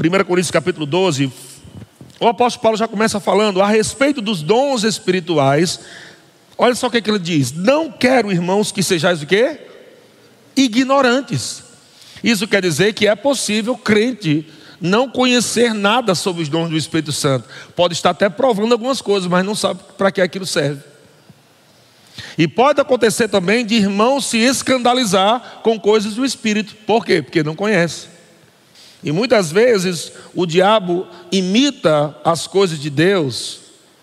1 Coríntios capítulo 12, o apóstolo Paulo já começa falando a respeito dos dons espirituais. Olha só o que ele diz: não quero, irmãos, que sejais o quê? Ignorantes. Isso quer dizer que é possível crente não conhecer nada sobre os dons do Espírito Santo. Pode estar até provando algumas coisas, mas não sabe para que aquilo serve. E pode acontecer também de irmão se escandalizar com coisas do Espírito. Por quê? Porque não conhece. E muitas vezes o diabo imita as coisas de Deus.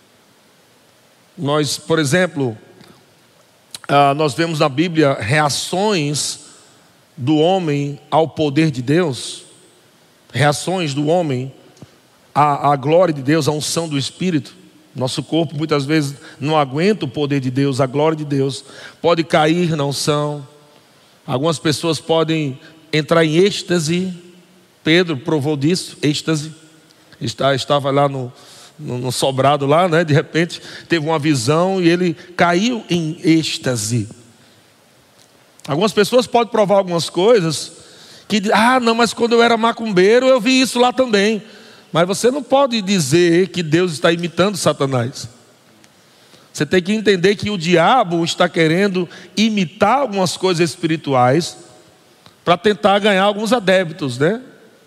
Nós, por exemplo, nós vemos na Bíblia reações do homem ao poder de Deus. Reações do homem à glória de Deus, à unção do Espírito. Nosso corpo muitas vezes não aguenta o poder de Deus, a glória de Deus. Pode cair na unção. Algumas pessoas podem entrar em êxtase. Pedro provou disso, êxtase. Estava lá no sobrado lá, né? De repente teve uma visão e ele caiu em êxtase. Algumas pessoas podem provar algumas coisas que, não, mas quando eu era macumbeiro eu vi isso lá também. Mas você não pode dizer que Deus está imitando Satanás. Você tem que entender que o diabo está querendo imitar algumas coisas espirituais para tentar ganhar alguns adeptos, né?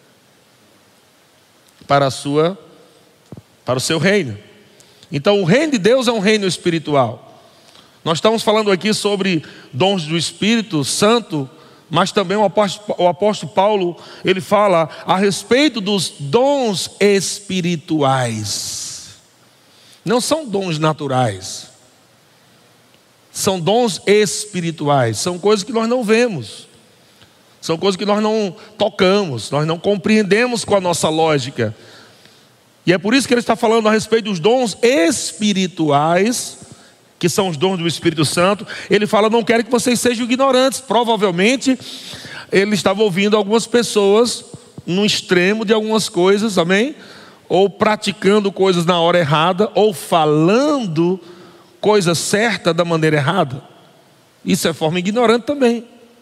Para o seu reino. Então o reino de Deus é um reino espiritual. Nós estamos falando aqui sobre dons do Espírito Santo, mas também o apóstolo Paulo, ele fala a respeito dos dons espirituais. Não são dons naturais. São dons espirituais. São coisas que nós não vemos. São coisas que nós não tocamos, nós não compreendemos com a nossa lógica. E é por isso que ele está falando a respeito dos dons espirituais, que são os dons do Espírito Santo. Ele fala: não quero que vocês sejam ignorantes. Provavelmente ele estava ouvindo algumas pessoas no extremo de algumas coisas, amém? Ou praticando coisas na hora errada, ou falando coisa certa da maneira errada. Isso é forma ignorante também.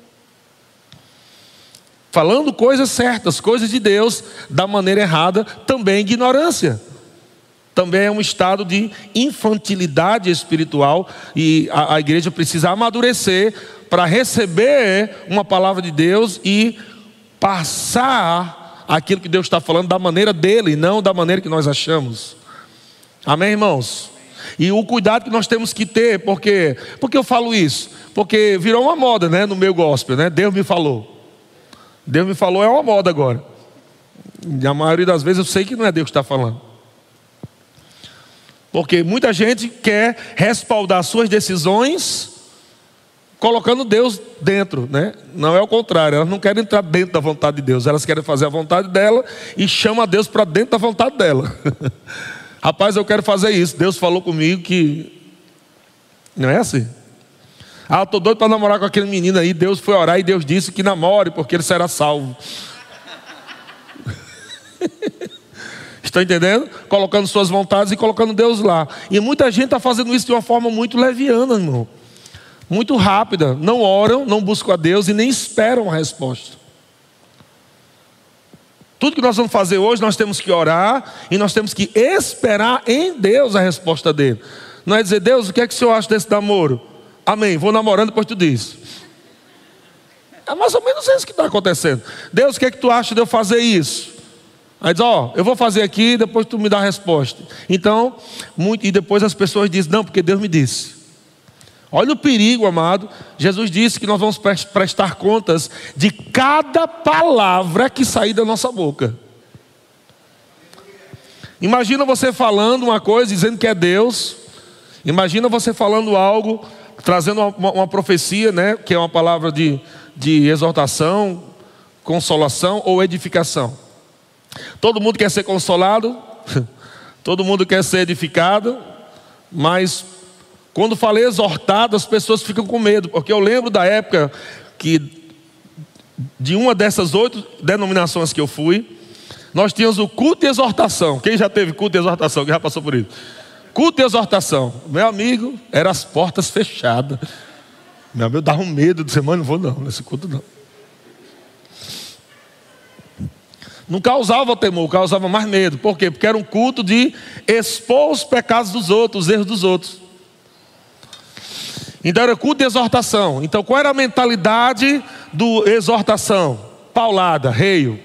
Falando coisas certas, coisas de Deus, da maneira errada, também é ignorância. Também é um estado de infantilidade espiritual. E a igreja precisa amadurecer para receber uma palavra de Deus e passar aquilo que Deus está falando da maneira dele, não da maneira que nós achamos. Amém, irmãos? E o cuidado que nós temos que ter, porque eu falo isso? Porque virou uma moda, né, no meio gospel, né? Deus me falou. Deus me falou é uma moda agora. E a maioria das vezes eu sei que não é Deus que está falando. Porque muita gente quer respaldar suas decisões colocando Deus dentro, né? Não é o contrário, elas não querem entrar dentro da vontade de Deus. Elas querem fazer a vontade dela e chama Deus para dentro da vontade dela. Rapaz, eu quero fazer isso. Deus falou comigo que... Não é assim? Eu estou doido para namorar com aquele menino aí. Deus foi orar e Deus disse que namore, porque ele será salvo. Estão entendendo? Colocando suas vontades e colocando Deus lá. E muita gente está fazendo isso de uma forma muito leviana, irmão. Muito rápida. Não oram, não buscam a Deus e nem esperam a resposta. Tudo que nós vamos fazer hoje, nós temos que orar e nós temos que esperar em Deus a resposta dele. Não é dizer: Deus, o que é que o Senhor acha desse namoro? Amém, vou namorando, depois tu diz. É mais ou menos isso que está acontecendo. Deus, o que é que tu acha de eu fazer isso? Aí diz: eu vou fazer aqui, depois tu me dá a resposta. Então, e depois as pessoas dizem: não, porque Deus me disse. Olha o perigo, amado. Jesus disse que nós vamos prestar contas de cada palavra que sair da nossa boca. Imagina você falando uma coisa, dizendo que é Deus. Imagina você falando algo, trazendo uma profecia, né? Que é uma palavra de exortação, consolação ou edificação. Todo mundo quer ser consolado, todo mundo quer ser edificado, mas quando falei exortado, as pessoas ficam com medo, porque eu lembro da época que de uma dessas 8 denominações que eu fui, nós tínhamos o culto de exortação. Quem já teve culto de exortação? Quem já passou por isso? Culto de exortação. Meu amigo, eram as portas fechadas. Meu amigo dava um medo de dizer: mano, não vou não, nesse culto não. Não causava temor, causava mais medo. Por quê? Porque era um culto de expor os pecados dos outros, os erros dos outros. Então era culto de exortação. Então qual era a mentalidade do exortação? Paulada, reio.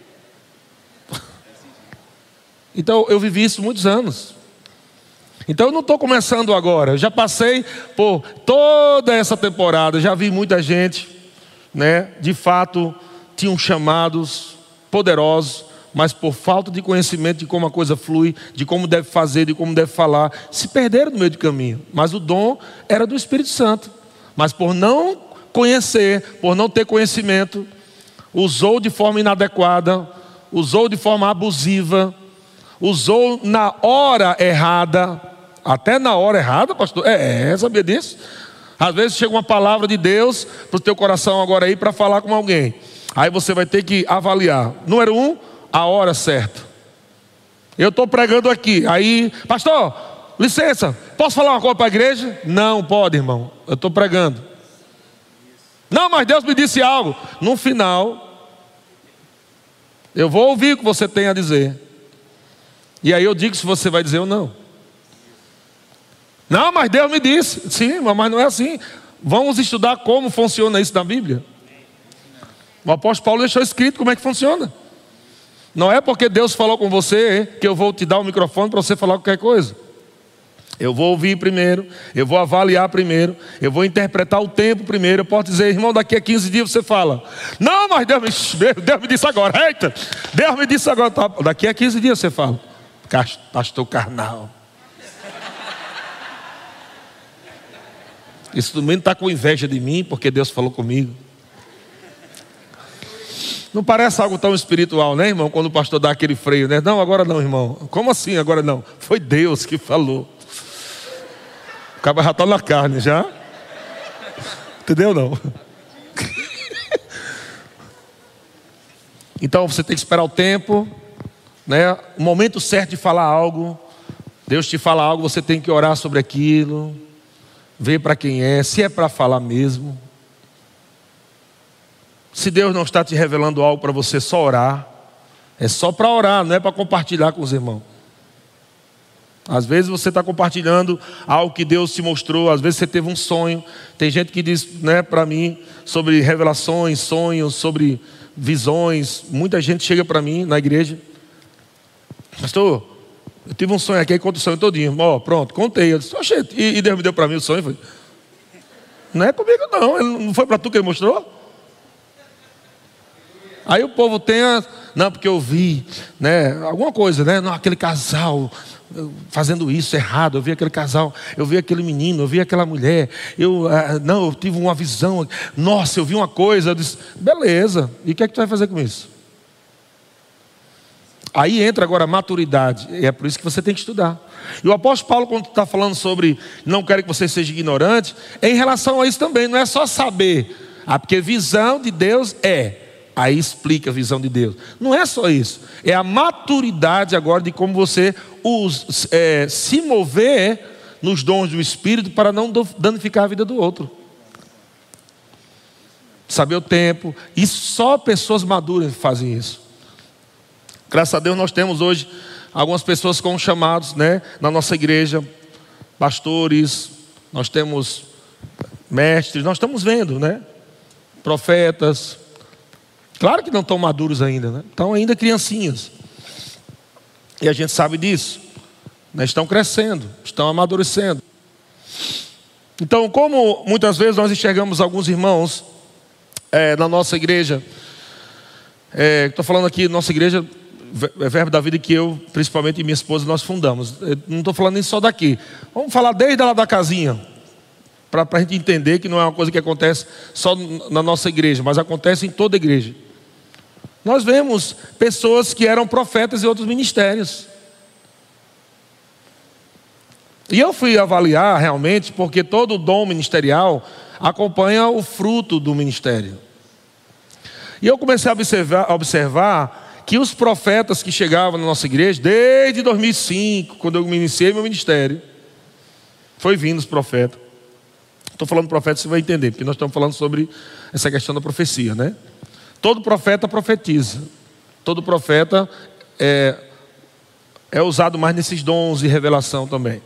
Então eu vivi isso muitos anos. Então eu não estou começando agora. Eu já passei por toda essa temporada. Já vi muita gente, né? De fato, tinham chamados poderosos, mas por falta de conhecimento de como a coisa flui, de como deve fazer, de como deve falar, se perderam no meio do caminho. Mas o dom era do Espírito Santo. Mas por não conhecer, por não ter conhecimento, usou de forma inadequada, usou de forma abusiva, usou na hora errada. Até na hora errada, pastor? Sabia disso? Às vezes chega uma palavra de Deus para o teu coração agora aí para falar com alguém. Aí você vai ter que avaliar. Número 1, a hora certa. Eu estou pregando aqui. Aí, pastor, licença, posso falar uma coisa para a igreja? Não pode, irmão. Eu estou pregando. Não, mas Deus me disse algo. No final, eu vou ouvir o que você tem a dizer. E aí eu digo se você vai dizer ou não. Não, mas Deus me disse. Sim, mas não é assim. Vamos estudar como funciona isso na Bíblia. O apóstolo Paulo deixou escrito como é que funciona. Não é porque Deus falou com você que eu vou te dar o microfone para você falar qualquer coisa. Eu vou ouvir primeiro, eu vou avaliar primeiro, eu vou interpretar o tempo primeiro. Eu posso dizer, irmão, daqui a 15 dias você fala. Não, mas Deus me disse agora. Eita, Deus me disse agora. Tá, daqui a 15 dias você fala. Pastor carnal. Esse domingo está com inveja de mim porque Deus falou comigo. Não parece algo tão espiritual, né, irmão? Quando o pastor dá aquele freio, né? Não, agora não, irmão. Como assim agora não? Foi Deus que falou. O cara já está na carne, já. Entendeu, não? Então você tem que esperar o tempo, né? O momento certo de falar algo. Deus te fala algo, você tem que orar sobre aquilo. Ver para quem é, se é para falar mesmo. Se Deus não está te revelando algo para você, só orar. É só para orar, não é para compartilhar com os irmãos. Às vezes você está compartilhando algo que Deus te mostrou. Às vezes você teve um sonho. Tem gente que diz, né, para mim sobre revelações, sonhos, sobre visões. Muita gente chega para mim na igreja. Pastor, eu tive um sonho aqui, aí conta o sonho todinho. Ó, pronto, contei. Eu disse, oxe, e Deus me deu para mim o sonho. Foi. Não é comigo não, não foi para tu que ele mostrou? Aí o povo tem não, porque eu vi, né, alguma coisa, né, não, aquele casal fazendo isso errado, eu vi aquele casal, eu vi aquele menino, eu vi aquela mulher, eu tive uma visão, nossa, eu vi uma coisa, eu disse, beleza, e o que é que tu vai fazer com isso? Aí entra agora a maturidade, e é por isso que você tem que estudar. E o apóstolo Paulo, quando está falando sobre não quero que você seja ignorante, é em relação a isso também, não é só saber, porque visão de Deus aí explica a visão de Deus. Não é só isso. É a maturidade agora de como você se mover nos dons do Espírito para não danificar a vida do outro. Saber o tempo. E só pessoas maduras fazem isso. Graças a Deus nós temos hoje algumas pessoas com chamados, né, na nossa igreja. Pastores, nós temos mestres, nós estamos vendo, né? Profetas. Claro que não estão maduros ainda, né? Estão ainda criancinhas. E a gente sabe disso, né? Estão crescendo, estão amadurecendo. Então, como muitas vezes nós enxergamos alguns irmãos na nossa igreja, estou falando aqui, nossa igreja, Verbo da Vida, que eu, principalmente, e minha esposa, nós fundamos. Eu não estou falando nem só daqui. Vamos falar desde lá da casinha. Para a gente entender que não é uma coisa que acontece só na nossa igreja, mas acontece em toda a igreja. Nós vemos pessoas que eram profetas em outros ministérios. E eu fui avaliar realmente, porque todo dom ministerial acompanha o fruto do ministério. E eu comecei a observar que os profetas que chegavam na nossa igreja, desde 2005, quando eu iniciei meu ministério, foi vindo os profetas. Estou falando profeta, você vai entender, porque nós estamos falando sobre essa questão da profecia, né? Todo profeta profetiza. todo profeta é usado mais nesses dons de revelação também.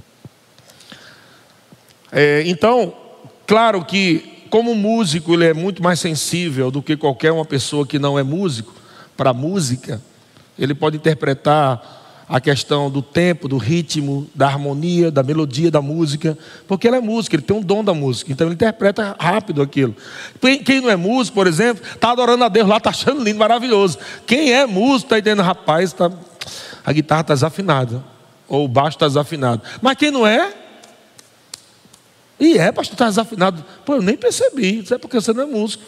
Então, claro que como músico ele é muito mais sensível do que qualquer uma pessoa que não é músico. Para a música, ele pode interpretar a questão do tempo, do ritmo, da harmonia, da melodia da música, porque ele é músico, ele tem um dom da música, então ele interpreta rápido aquilo. Quem não é músico, por exemplo, está adorando a Deus lá, está achando lindo, maravilhoso. Quem é músico está entendendo, rapaz, a guitarra está desafinada, ou o baixo está desafinado. Mas quem não é? Pastor, está desafinado. Pô, eu nem percebi, isso é porque você não é músico.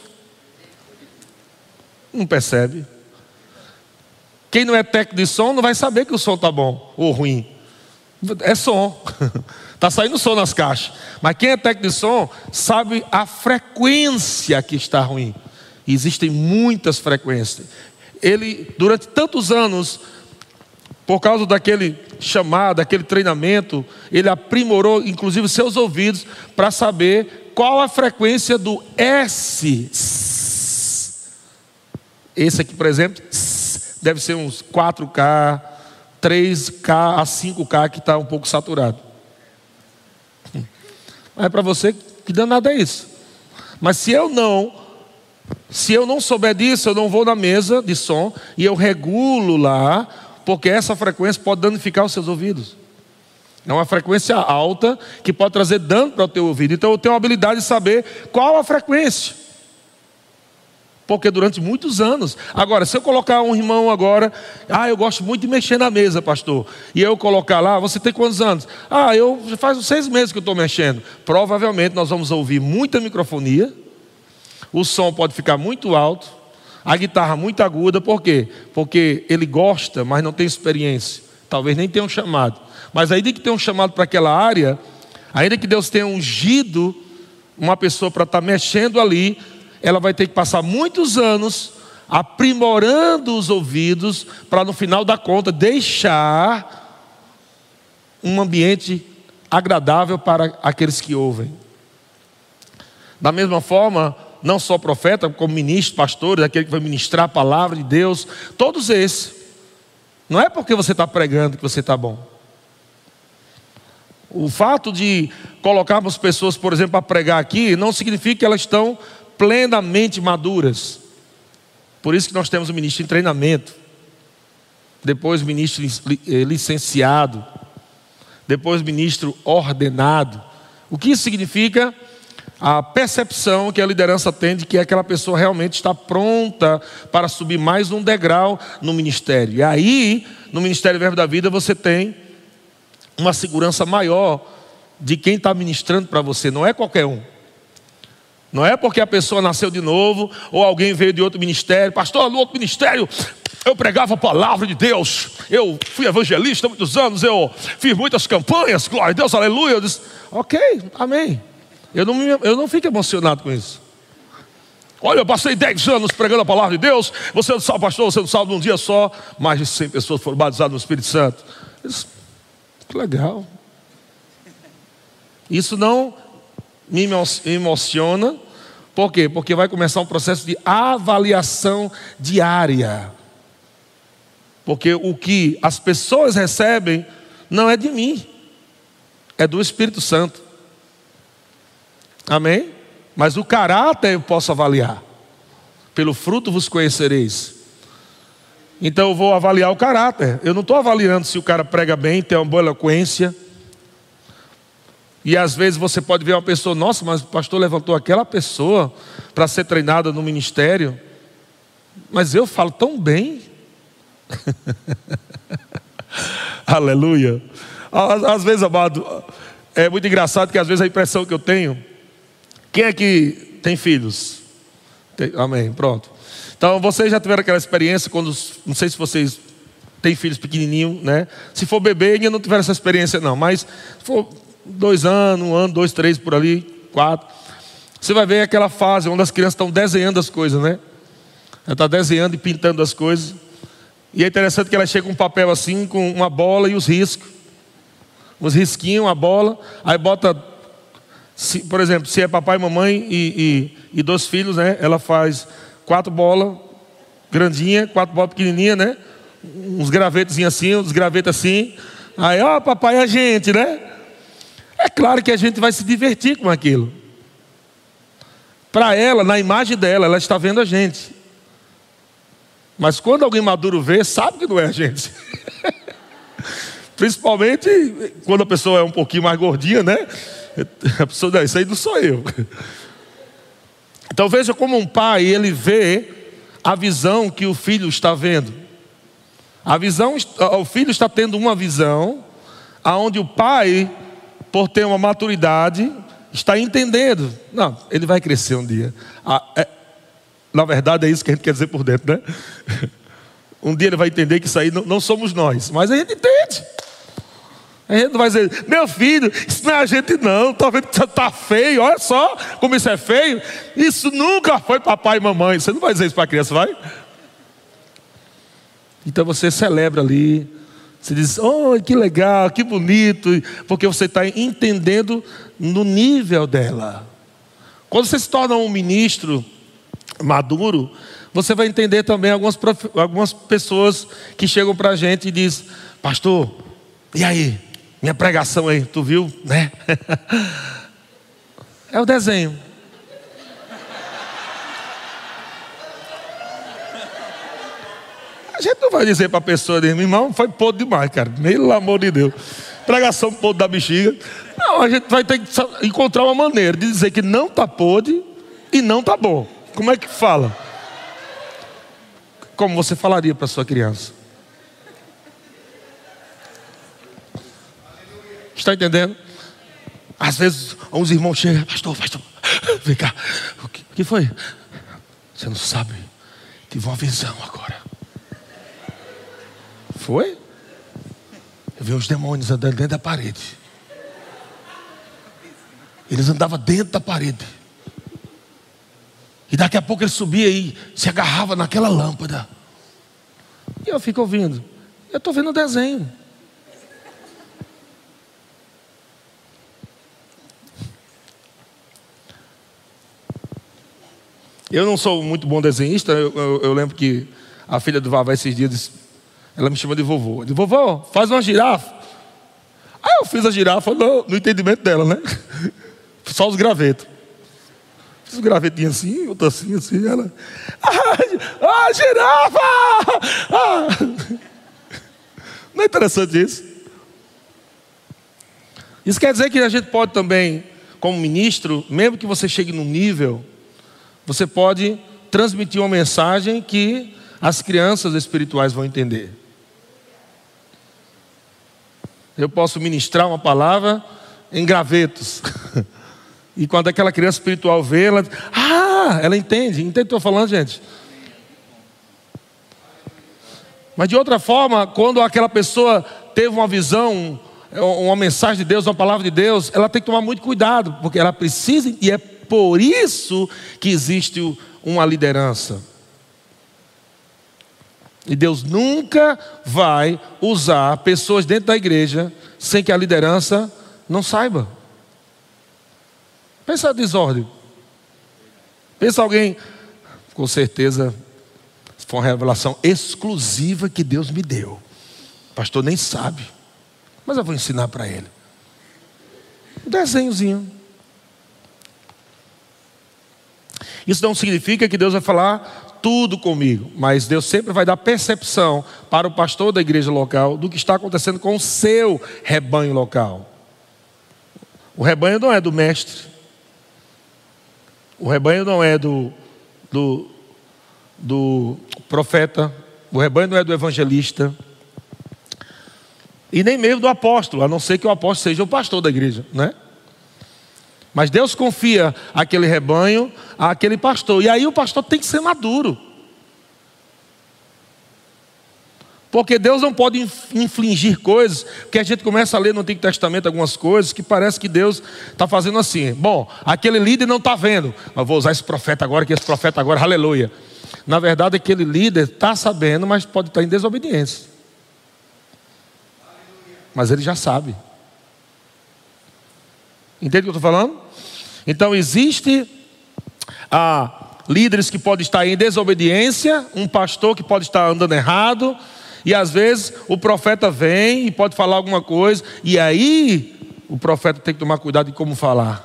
Não percebe. Quem não é técnico de som não vai saber que o som está bom ou ruim. É som. Está saindo som nas caixas. Mas quem é técnico de som sabe a frequência que está ruim. E existem muitas frequências. Ele, durante tantos anos, por causa daquele chamado, daquele treinamento, ele aprimorou inclusive seus ouvidos para saber qual a frequência do S. Esse aqui, por exemplo, deve ser uns 4K, 3K a 5K que está um pouco saturado. Mas para você, que danado é isso? Mas se eu não souber disso, eu não vou na mesa de som e eu regulo lá, porque essa frequência pode danificar os seus ouvidos. É uma frequência alta que pode trazer dano para o teu ouvido. Então eu tenho a habilidade de saber qual a frequência. Porque durante muitos anos. Agora, se eu colocar um irmão agora, eu gosto muito de mexer na mesa, pastor. E eu colocar lá, você tem quantos anos? Eu já faz uns 6 meses que eu estou mexendo. Provavelmente nós vamos ouvir muita microfonia. O som pode ficar muito alto. A guitarra muito aguda. Por quê? Porque ele gosta, mas não tem experiência. Talvez nem tenha um chamado. Mas ainda que tenha um chamado para aquela área, ainda que Deus tenha ungido uma pessoa para estar mexendo ali, ela vai ter que passar muitos anos aprimorando os ouvidos para no final da conta deixar um ambiente agradável para aqueles que ouvem. Da mesma forma, não só profeta, como ministro, pastores, aquele que vai ministrar a palavra de Deus, todos esses. Não é porque você está pregando que você está bom. O fato de colocarmos pessoas, por exemplo, para pregar aqui, não significa que elas estão plenamente maduras. Por isso que nós temos o ministro em treinamento, depois o ministro licenciado, depois o ministro ordenado. O que isso significa? A percepção que a liderança tem de que aquela pessoa realmente está pronta para subir mais um degrau no ministério. E aí, no Ministério Verbo da Vida, você tem uma segurança maior de quem está ministrando para você. Não é qualquer um. Não é porque a pessoa nasceu de novo, ou alguém veio de outro ministério. Pastor, no outro ministério eu pregava a palavra de Deus, eu fui evangelista há muitos anos, eu fiz muitas campanhas, glória a Deus, aleluia. Eu disse, ok, amém. Eu não fico emocionado com isso. Olha, eu passei 10 anos pregando a palavra de Deus. Você não sabe, pastor, você não sabe, num dia só mais de 100 pessoas foram batizadas no Espírito Santo. Eu disse, que legal. Isso não me emociona. Por quê? Porque vai começar um processo de avaliação diária. Porque o que as pessoas recebem não é de mim, é do Espírito Santo. Amém? Mas o caráter eu posso avaliar. Pelo fruto vos conhecereis. Então eu vou avaliar o caráter. Eu não estou avaliando se o cara prega bem, tem uma boa eloquência. E às vezes você pode ver uma pessoa, nossa, mas o pastor levantou aquela pessoa para ser treinada no ministério. Mas eu falo tão bem. Aleluia. Às vezes, amado, é muito engraçado que às vezes a impressão que eu tenho. Quem é que tem filhos? Amém, pronto. Então vocês já tiveram aquela experiência quando, não sei se vocês têm filhos pequenininhos, né? Se for bebê ainda não tiveram essa experiência não, mas se for 2 anos, 1 ano, 2, 3 por ali, 4, você vai ver aquela fase onde as crianças estão desenhando as coisas, né? Ela está desenhando e pintando as coisas. E é interessante que ela chega com um papel assim, com uma bola e os riscos. Uns risquinhos, uma bola, aí bota, por exemplo, se é papai, mamãe e 2 filhos, né? Ela faz 4 bolas grandinha, 4 bolas pequenininha, né? Uns gravetezinhos assim, uns gravetos assim. Aí, ó, papai, a gente, né? É claro que a gente vai se divertir com aquilo. Para ela, na imagem dela, ela está vendo a gente. Mas quando alguém maduro vê, sabe que não é a gente. Principalmente quando a pessoa é um pouquinho mais gordinha, né? A pessoa diz, isso aí não sou eu. Então veja como um pai, ele vê a visão que o filho está vendo. O filho está tendo uma visão, aonde o pai, por ter uma maturidade, está entendendo. Não, ele vai crescer um dia. Na verdade é isso que a gente quer dizer por dentro, né? Um dia ele vai entender que isso aí não somos nós. Mas a gente entende. A gente não vai dizer, meu filho, isso não é a gente não. Tá vendo que você está feio, olha só como isso é feio. Isso nunca foi papai e mamãe. Você não vai dizer isso para a criança, vai? Então você celebra ali. Você diz, oh, que legal, que bonito. Porque você está entendendo no nível dela. Quando você se torna um ministro maduro, você vai entender também algumas pessoas que chegam para a gente e dizem, pastor, e aí? Minha pregação aí, tu viu, né? É o desenho. A gente não vai dizer para a pessoa, meu irmão, foi podre demais, cara. Pelo amor de Deus. Pregação podre da bexiga. Não, a gente vai ter que encontrar uma maneira de dizer que não está podre e não está bom. Como é que fala? Como você falaria para sua criança? Está entendendo? Às vezes uns irmãos chegam, pastor, vem cá. O que foi? Você não sabe. Tive uma visão agora. Foi? Eu vi os demônios andando dentro da parede. Eles andavam dentro da parede. E daqui a pouco ele subia e se agarrava naquela lâmpada. E eu fico ouvindo. Eu estou vendo o desenho. Eu não sou muito bom desenhista. Eu lembro que a filha do Vavá esses dias, ela me chamou de vovô. Eu disse, vovô, faz uma girafa. Aí eu fiz a girafa no entendimento dela, né? Só os gravetos. Fiz um gravetinho assim, outro assim, ela... girafa! Não é interessante isso? Isso quer dizer que a gente pode também, como ministro, mesmo que você chegue num nível, você pode transmitir uma mensagem que as crianças espirituais vão entender. Eu posso ministrar uma palavra em gravetos. E quando aquela criança espiritual vê, ela diz, ela entende. Entende o que eu estou falando, gente? Mas de outra forma, quando aquela pessoa teve uma visão, uma mensagem de Deus, uma palavra de Deus, ela tem que tomar muito cuidado, porque ela precisa, e é por isso que existe uma liderança. E Deus nunca vai usar pessoas dentro da igreja sem que a liderança não saiba. Pensa a desordem. Pensa alguém, com certeza, foi uma revelação exclusiva que Deus me deu. O pastor nem sabe, mas eu vou ensinar para ele. Um desenhozinho. Isso não significa que Deus vai falar tudo comigo, mas Deus sempre vai dar percepção para o pastor da igreja local do que está acontecendo com o seu rebanho local. O rebanho não é do mestre. O rebanho não é do profeta. O rebanho não é do evangelista. E nem mesmo do apóstolo, a não ser que o apóstolo seja o pastor da igreja, né? Mas Deus confia aquele rebanho àquele pastor. E aí o pastor tem que ser maduro. Porque Deus não pode infligir coisas. Porque a gente começa a ler no Antigo Testamento algumas coisas que parece que Deus está fazendo assim. Bom, aquele líder não está vendo. Mas vou usar esse profeta agora, que esse profeta agora, aleluia. Na verdade, aquele líder está sabendo, mas pode estar em desobediência. Mas ele já sabe. Entende o que eu estou falando? Então existe líderes que podem estar em desobediência, um pastor que pode estar andando errado, e às vezes o profeta vem e pode falar alguma coisa, e aí o profeta tem que tomar cuidado em como falar.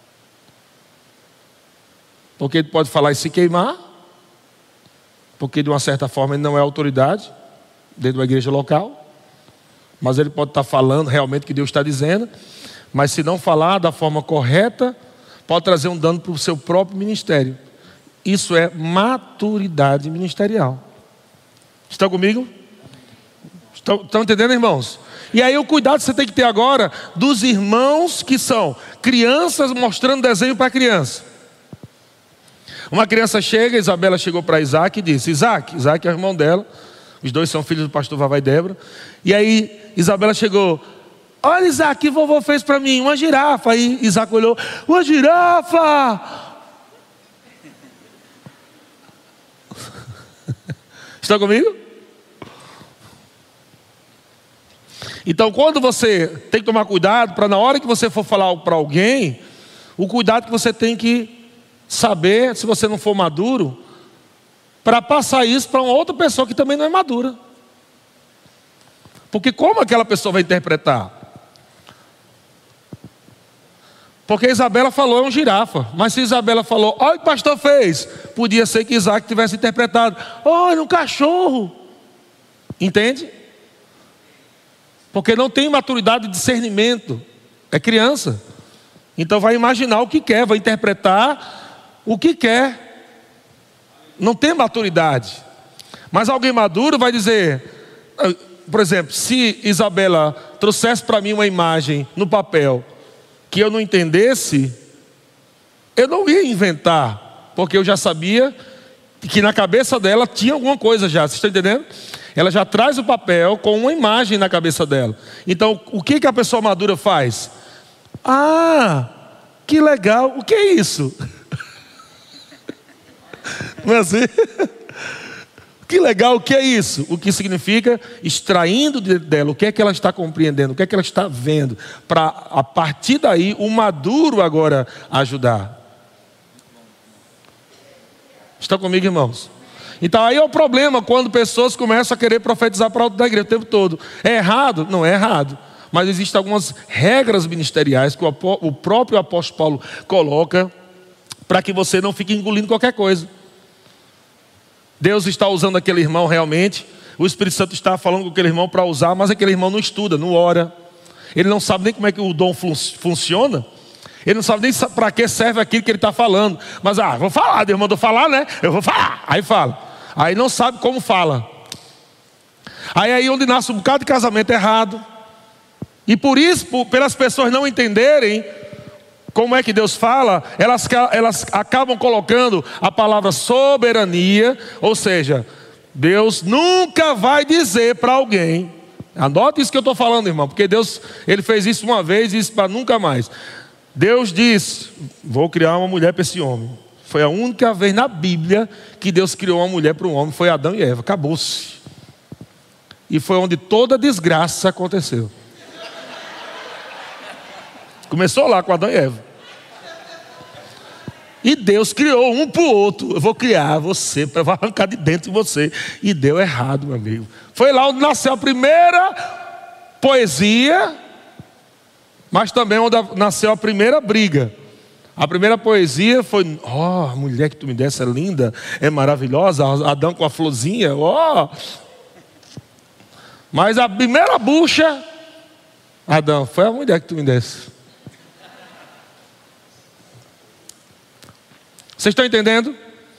Porque ele pode falar e se queimar, porque de uma certa forma ele não é autoridade dentro da igreja local, mas ele pode estar falando realmente o que Deus está dizendo, mas se não falar da forma correta, pode trazer um dano para o seu próprio ministério. Isso é maturidade ministerial. Estão comigo? Estão entendendo, irmãos? E aí o cuidado que você tem que ter agora dos irmãos que são crianças mostrando desenho para criança. Uma criança chega, Isabela chegou para Isaac e disse: Isaac é o irmão dela, os dois são filhos do pastor Vavá e Débora. E aí Isabela chegou: olha, Isaac, o que vovô fez para mim? Uma girafa. Aí Isaac olhou: uma girafa! Estão comigo? Então, quando você tem que tomar cuidado, para na hora que você for falar para alguém, o cuidado que você tem que saber, se você não for maduro, para passar isso para uma outra pessoa que também não é madura. Porque como aquela pessoa vai interpretar? Porque Isabela falou é um girafa, mas se Isabela falou, olha o que o pastor fez, podia ser que Isaac tivesse interpretado, olha um cachorro. Entende? Porque não tem maturidade de discernimento, é criança. Então vai imaginar o que quer, vai interpretar o que quer. Não tem maturidade. Mas alguém maduro vai dizer, por exemplo, se Isabela trouxesse para mim uma imagem no papel que eu não entendesse, eu não ia inventar, porque eu já sabia que na cabeça dela tinha alguma coisa já, vocês estão entendendo? Ela já traz o papel com uma imagem na cabeça dela. Então, o que a pessoa madura faz? Ah, que legal, o que é isso? Não é assim? Que legal, o que é isso? O que significa extraindo dela, o que é que ela está compreendendo, o que é que ela está vendo, para a partir daí o maduro agora ajudar. Estão comigo, irmãos? Então aí é o problema quando pessoas começam a querer profetizar para o alto da igreja o tempo todo. É errado? Não é errado. Mas existem algumas regras ministeriais que o próprio apóstolo Paulo coloca para que você não fique engolindo qualquer coisa. Deus está usando aquele irmão realmente, o Espírito Santo está falando com aquele irmão para usar, mas aquele irmão não estuda, não ora, ele não sabe nem como é que o dom funciona, ele não sabe nem para que serve aquilo que ele está falando, mas vou falar, Deus mandou falar, né? Eu vou falar, aí fala, aí não sabe como fala, aí onde nasce um bocado de casamento errado, e por isso, pelas pessoas não entenderem como é que Deus fala, elas acabam colocando a palavra soberania, ou seja, Deus nunca vai dizer para alguém, anote isso que eu estou falando, irmão, porque Deus, Ele fez isso uma vez e isso para nunca mais. Deus diz, vou criar uma mulher para esse homem. Foi a única vez na Bíblia que Deus criou uma mulher para um homem, foi Adão e Eva, acabou-se. E foi onde toda a desgraça aconteceu. Começou lá com Adão e Eva. E Deus criou um para o outro. Eu vou criar você, vou arrancar de dentro de você. E deu errado, meu amigo. Foi lá onde nasceu a primeira poesia, mas também onde nasceu a primeira briga. A primeira poesia foi: a mulher que tu me desse é linda, é maravilhosa. Adão com a florzinha, Mas a primeira bucha, Adão, foi a mulher que tu me desse. Vocês estão entendendo?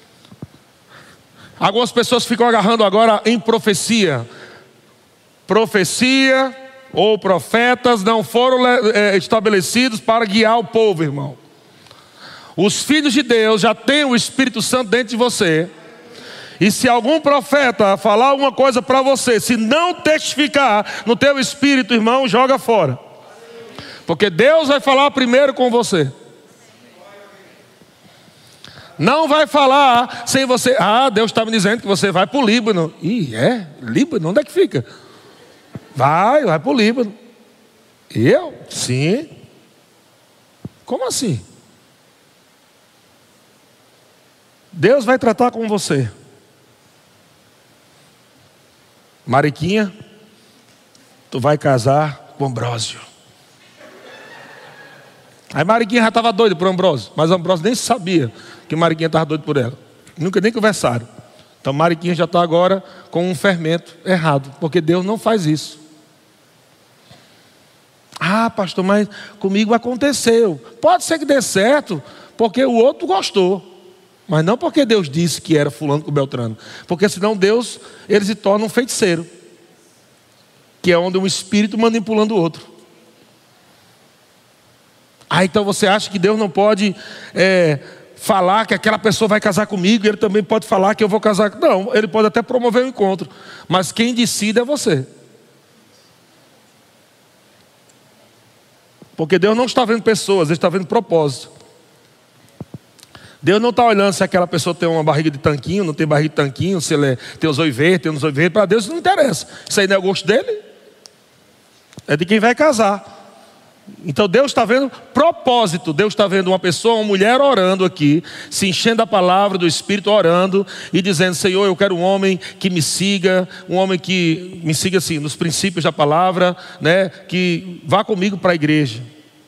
Algumas pessoas ficam agarrando agora em profecia. Profecia ou profetas não foram estabelecidos para guiar o povo, irmão. Os filhos de Deus já têm o Espírito Santo dentro de você. E se algum profeta falar alguma coisa para você, se não testificar no teu espírito, irmão, joga fora. Porque Deus vai falar primeiro com você. Não vai falar sem você. Deus está me dizendo que você vai para o Líbano. Líbano? Onde é que fica? Vai para o Líbano. Eu? Sim. Como assim? Deus vai tratar com você. Mariquinha, tu vai casar com Ambrósio. Aí Mariquinha já estava doida por Ambrósio, mas Ambrósio nem sabia que Mariquinha estava doida por ela. Nunca nem conversaram. Então Mariquinha já está agora com um fermento errado, porque Deus não faz isso. Ah, pastor, mas comigo aconteceu. Pode ser que dê certo, porque o outro gostou. Mas não porque Deus disse que era fulano com Beltrano. Porque senão Deus, ele se torna um feiticeiro. Que é onde um espírito manipulando o outro. Ah, então você acha que Deus não pode falar que aquela pessoa vai casar comigo, e ele também pode falar que eu vou casar. Não, ele pode até promover o encontro, mas quem decide é você. Porque Deus não está vendo pessoas, Ele está vendo propósito. Deus não está olhando se aquela pessoa tem uma barriga de tanquinho, não tem barriga de tanquinho, se ele tem os olhos verdes, tem os olhos verdes. Para Deus isso não interessa. Isso aí não é o gosto dele. É de quem vai casar. Então Deus está vendo propósito. Deus está vendo uma pessoa, uma mulher orando aqui, se enchendo da palavra, do Espírito, orando e dizendo: Senhor, eu quero um homem que me siga, um homem que me siga assim, nos princípios da palavra, né? Que vá comigo para a igreja.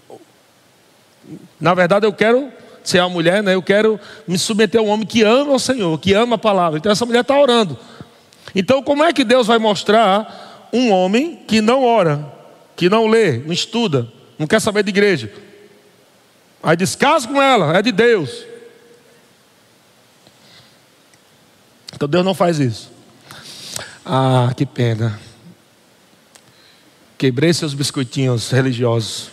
Na verdade eu quero, se é uma mulher, né? Eu quero me submeter a um homem que ama o Senhor, que ama a palavra. Então essa mulher está orando. Então como é que Deus vai mostrar um homem que não ora, que não lê, não estuda, não quer saber de igreja? Aí diz: casa com ela, é de Deus. Então Deus não faz isso. Ah, que pena. Quebrei seus biscoitinhos religiosos.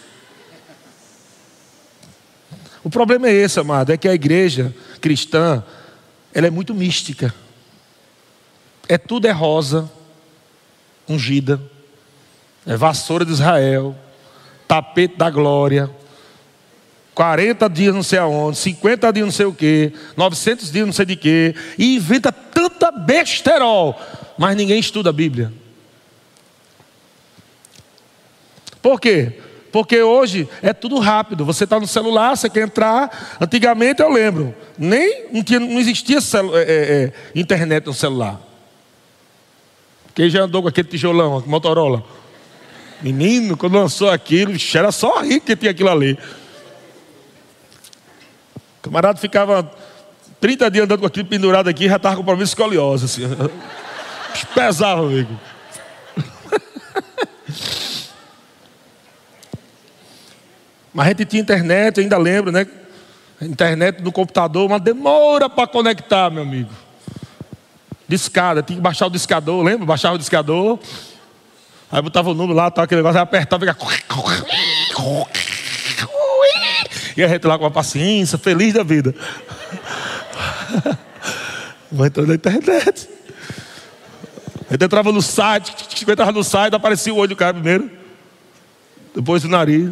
O problema é esse, amado, é que a igreja cristã, ela é muito mística. Tudo é rosa, ungida, é vassoura de Israel, tapete da glória, 40 dias não sei aonde, 50 dias não sei o que, 900 dias não sei de que, e inventa tanta besterol, mas ninguém estuda a Bíblia. Por quê? Porque hoje é tudo rápido. Você está no celular, você quer entrar. Antigamente eu lembro, não existia internet no celular. Quem já andou com aquele tijolão, Motorola? Menino, quando lançou aquilo, era só rico que tinha aquilo ali. O camarada ficava 30 dias andando com aquilo pendurado aqui, já estava com problema de escoliose assim. Pesava, amigo. Mas a gente tinha internet, eu ainda lembro, né? Internet no computador, uma demora para conectar, meu amigo. Discada, tinha que baixar o discador, lembra? Baixava o discador, aí botava o número lá, aquele negócio, aí apertava e ficava... E a gente lá com a paciência, feliz da vida. Mas entrou na internet. A gente entrava no site, aparecia o olho do cara primeiro, depois o nariz,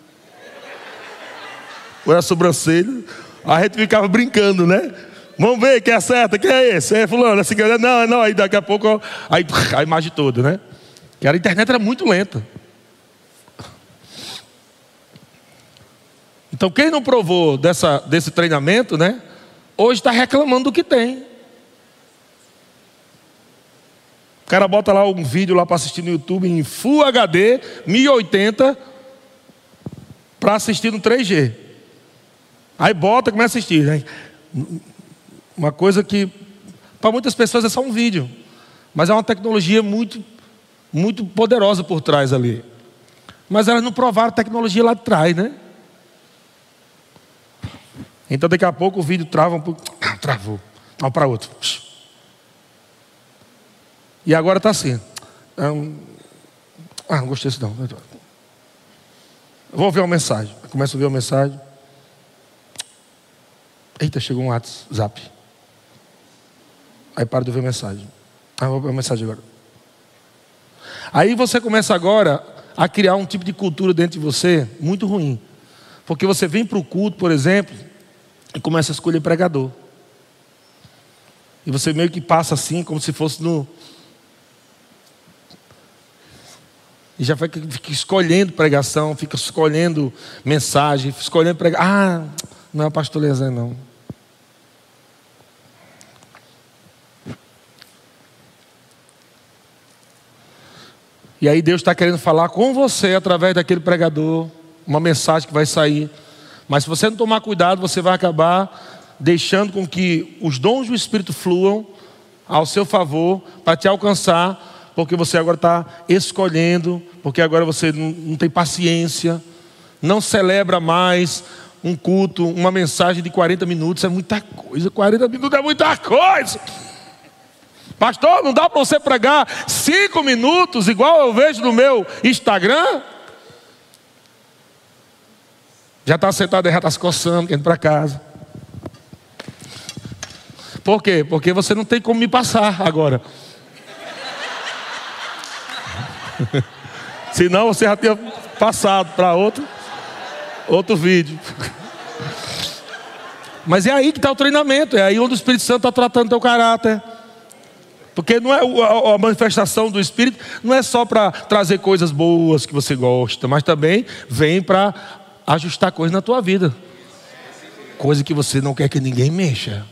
ou a sobrancelha. A gente ficava brincando, né? Vamos ver quem acerta, quem é esse? É fulano, assim, não, aí daqui a pouco aí a imagem toda, né? Que a internet era muito lenta. Então quem não provou desse treinamento, né? Hoje está reclamando do que tem. O cara bota lá um vídeo lá para assistir no YouTube em Full HD, 1080, para assistir no 3G. Aí bota, começa a assistir, né? Uma coisa que para muitas pessoas é só um vídeo, mas é uma tecnologia muito, muito poderosa por trás ali. Mas elas não provaram a tecnologia lá de trás, né? Então daqui a pouco o vídeo travou, vamos para outro. E agora está assim. Não gostei disso não. Vou ver uma mensagem. Começo a ver uma mensagem. Eita, chegou um WhatsApp. Aí para de ver a mensagem. Vou ver a mensagem agora. Aí você começa agora a criar um tipo de cultura dentro de você muito ruim. Porque você vem para o culto, por exemplo, e começa a escolher pregador. E você meio que passa assim, como se fosse no... E já fica escolhendo pregação, fica escolhendo mensagem, escolhendo pregação. Não é o pastor Leandro, não. E aí Deus está querendo falar com você através daquele pregador, uma mensagem que vai sair. Mas se você não tomar cuidado, você vai acabar deixando com que os dons do Espírito fluam ao seu favor para te alcançar, porque você agora está escolhendo, porque agora você não tem paciência, não celebra mais um culto, uma mensagem de 40 minutos, é muita coisa. 40 minutos é muita coisa. Pastor, não dá para você pregar 5 minutos, igual eu vejo no meu Instagram? Já está sentado aí, já está se coçando, querendo ir para casa. Por quê? Porque você não tem como me passar agora. Senão você já tinha passado para outro vídeo. Mas é aí que está o treinamento, é aí onde o Espírito Santo está tratando teu caráter. Porque não é a manifestação do Espírito não é só para trazer coisas boas que você gosta, mas também vem para ajustar coisas na tua vida, coisa que você não quer que ninguém mexa.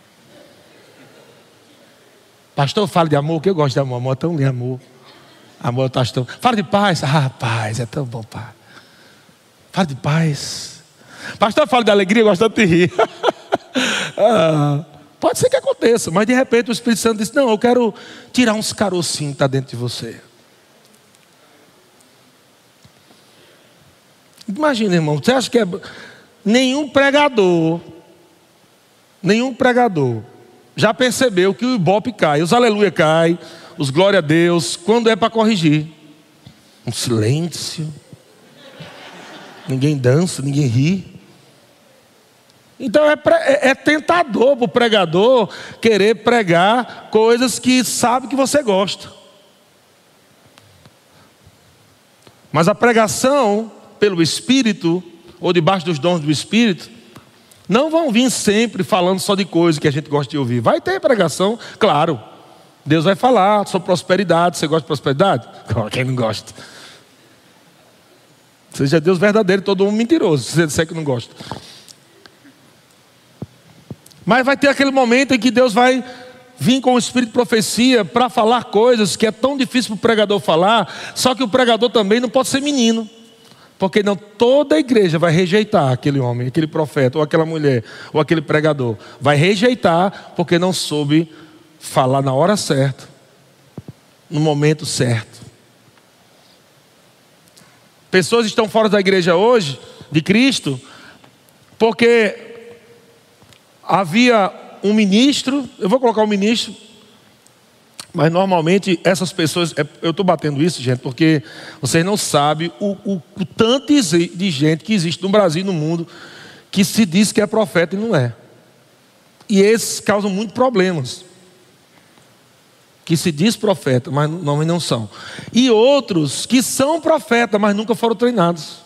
Pastor, fala de amor, que eu gosto de amor. Amor é tão lindo, amor. Amor tá tão... Fala de paz. Ah, paz, é tão bom, pai. Fala de paz. Pastor, fala de alegria, eu gosto de rir. Pode ser que aconteça, mas de repente o Espírito Santo diz: não, eu quero tirar uns carocinhos que está dentro de você. Imagina, irmão, você acha que nenhum pregador já percebeu que o ibope cai, os aleluia cai, os glória a Deus, quando é para corrigir? Um silêncio, ninguém dança, ninguém ri. Então é tentador para o pregador querer pregar coisas que sabe que você gosta. Mas a pregação pelo Espírito, ou debaixo dos dons do Espírito, não vão vir sempre falando só de coisas que a gente gosta de ouvir. Vai ter pregação, claro. Deus vai falar sobre prosperidade. Você gosta de prosperidade? Quem não gosta? Seja Deus verdadeiro, todo mundo mentiroso, se você disser que não gosta. Mas vai ter aquele momento em que Deus vai vir com o Espírito de profecia para falar coisas que é tão difícil para o pregador falar. Só que o pregador também não pode ser menino, porque não toda a igreja vai rejeitar aquele homem, aquele profeta, ou aquela mulher, ou aquele pregador. Vai rejeitar porque não soube falar na hora certa, no momento certo. Pessoas estão fora da igreja hoje, de Cristo, porque havia um ministro, eu vou colocar um ministro, mas normalmente essas pessoas, eu estou batendo isso, gente, porque vocês não sabem o tanto de gente que existe no Brasil e no mundo, que se diz que é profeta e não é. E esses causam muitos problemas. Que se diz profeta, mas não são. E outros que são profetas, mas nunca foram treinados.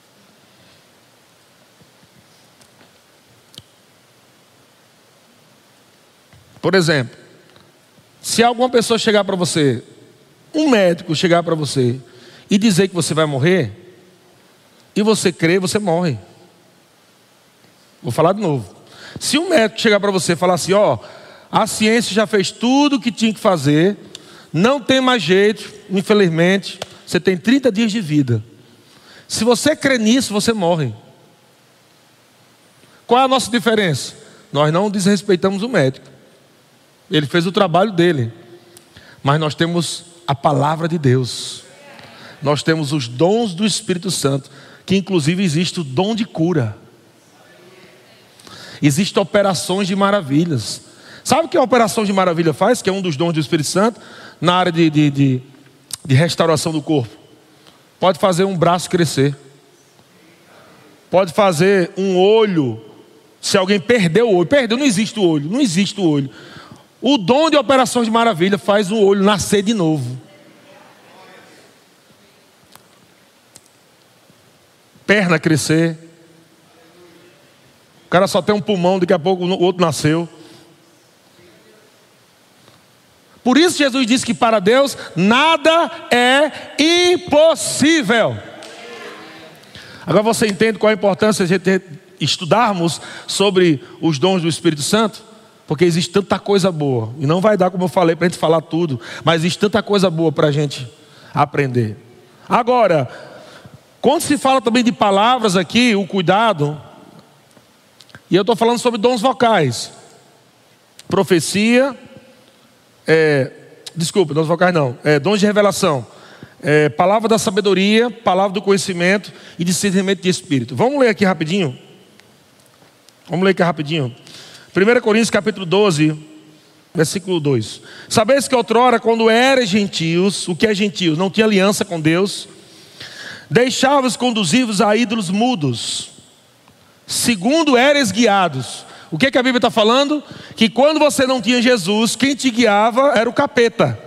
Por exemplo, se alguma pessoa chegar para você, um médico chegar para você e dizer que você vai morrer, e você crê, você morre. Vou falar de novo. Se um médico chegar para você e falar assim: ó, a ciência já fez tudo o que tinha que fazer, não tem mais jeito, infelizmente, você tem 30 dias de vida. Se você crê nisso, você morre. Qual é a nossa diferença? Nós não desrespeitamos o médico. Ele fez o trabalho dele. Mas nós temos a palavra de Deus. Nós temos os dons do Espírito Santo, que inclusive existe o dom de cura. Existem operações de maravilhas. Sabe o que a operação de maravilha faz? Que é um dos dons do Espírito Santo, na área de restauração do corpo. Pode fazer um braço crescer. Pode fazer um olho. Se alguém perdeu o olho, perdeu, não existe o olho, não existe o olho. O dom de operações de maravilha faz o olho nascer de novo. Perna crescer. O cara só tem um pulmão, daqui a pouco o outro nasceu. Por isso Jesus disse que para Deus nada é impossível. Agora você entende qual a importância de a gente estudarmos sobre os dons do Espírito Santo? Porque existe tanta coisa boa, e não vai dar, como eu falei, para a gente falar tudo, mas existe tanta coisa boa para a gente aprender. Agora, quando se fala também de palavras aqui, o cuidado, e eu estou falando sobre dons vocais, profecia, dons vocais não, dons de revelação, palavra da sabedoria, palavra do conhecimento e discernimento de espírito. Vamos ler aqui rapidinho? 1 Coríntios capítulo 12, versículo 2. Sabeis que outrora, quando eres gentios, o que é gentios? Não tinha aliança com Deus, deixavas conduzir-vos a ídolos mudos, segundo eres guiados. O que a Bíblia está falando? Que quando você não tinha Jesus, quem te guiava era o capeta.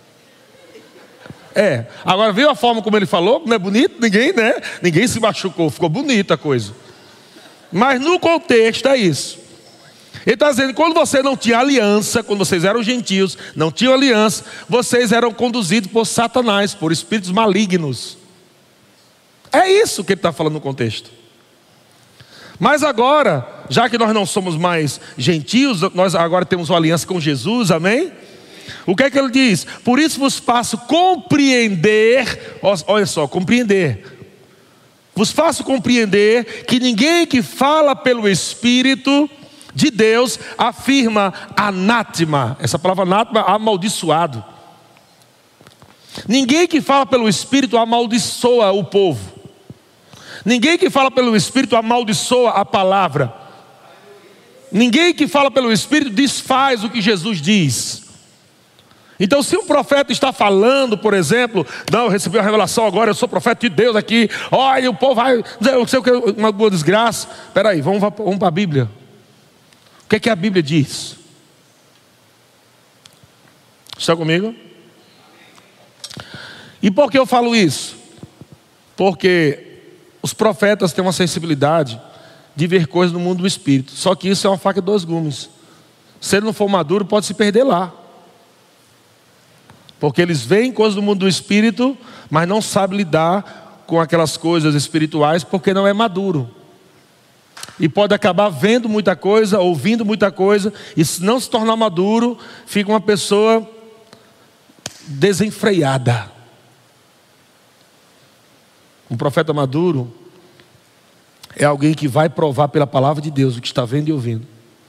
Agora viu a forma como ele falou? Não é bonito? Ninguém se machucou, ficou bonita a coisa. Mas no contexto é isso. Ele está dizendo que quando você não tinha aliança, quando vocês eram gentios, não tinham aliança, vocês eram conduzidos por Satanás, por espíritos malignos. É isso que ele está falando no contexto. Mas agora, já que nós não somos mais gentios, nós agora temos uma aliança com Jesus, amém? O que é que ele diz? Por isso vos faço compreender, olha só, compreender. Vos faço compreender que ninguém que fala pelo Espírito de Deus afirma anátema. Essa palavra anátema, amaldiçoado. Ninguém que fala pelo Espírito amaldiçoa o povo. Ninguém que fala pelo Espírito amaldiçoa a palavra. Ninguém que fala pelo Espírito desfaz o que Jesus diz. Então, se um profeta está falando, por exemplo, não, eu recebi uma revelação agora, eu sou profeta de Deus aqui, olha, o povo vai, não sei o que, uma boa desgraça. Espera aí, vamos para a Bíblia. O que é que a Bíblia diz? Está comigo? E por que eu falo isso? Porque os profetas têm uma sensibilidade de ver coisas no mundo do Espírito. Só que isso é uma faca de dois gumes. Se ele não for maduro, pode se perder lá. Porque eles veem coisas do mundo do Espírito, mas não sabem lidar com aquelas coisas espirituais, porque não é maduro. E pode acabar vendo muita coisa, ouvindo muita coisa, e se não se tornar maduro, fica uma pessoa desenfreada. Um profeta maduro é alguém que vai provar pela palavra de Deus o que está vendo e ouvindo.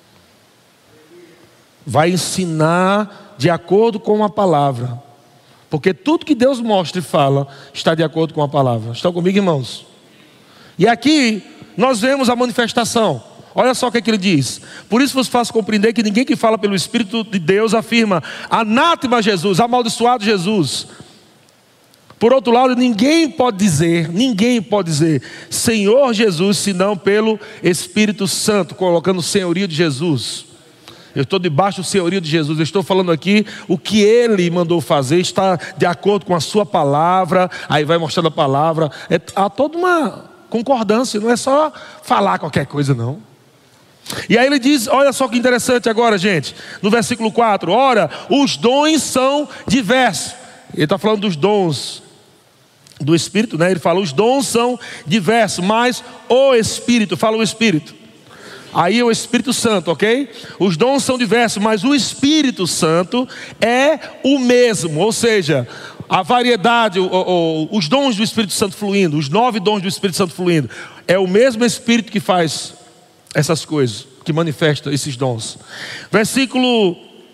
Vai ensinar de acordo com a palavra. Porque tudo que Deus mostra e fala está de acordo com a palavra. Estão comigo, irmãos? E aqui nós vemos a manifestação. Olha só o que é que ele diz. Por isso vos faço compreender que ninguém que fala pelo Espírito de Deus afirma anátema Jesus, amaldiçoado Jesus. Por outro lado, ninguém pode dizer Senhor Jesus, senão pelo Espírito Santo, colocando o senhorio de Jesus. Eu estou debaixo do senhorio de Jesus. Eu estou falando aqui o que Ele mandou fazer, está de acordo com a sua palavra. Aí vai mostrando a palavra. Há toda uma concordância, não é só falar qualquer coisa não. E aí ele diz, olha só que interessante agora, gente, no versículo 4, ora, os dons são diversos. Ele está falando dos dons do Espírito, né? Ele fala, os dons são diversos, mas o Espírito, fala o Espírito. Aí o Espírito Santo, ok? Os dons são diversos, mas o Espírito Santo é o mesmo. Ou seja, a variedade, os dons do Espírito Santo fluindo, os 9 dons do Espírito Santo fluindo, é o mesmo Espírito que faz essas coisas, que manifesta esses dons. Versículo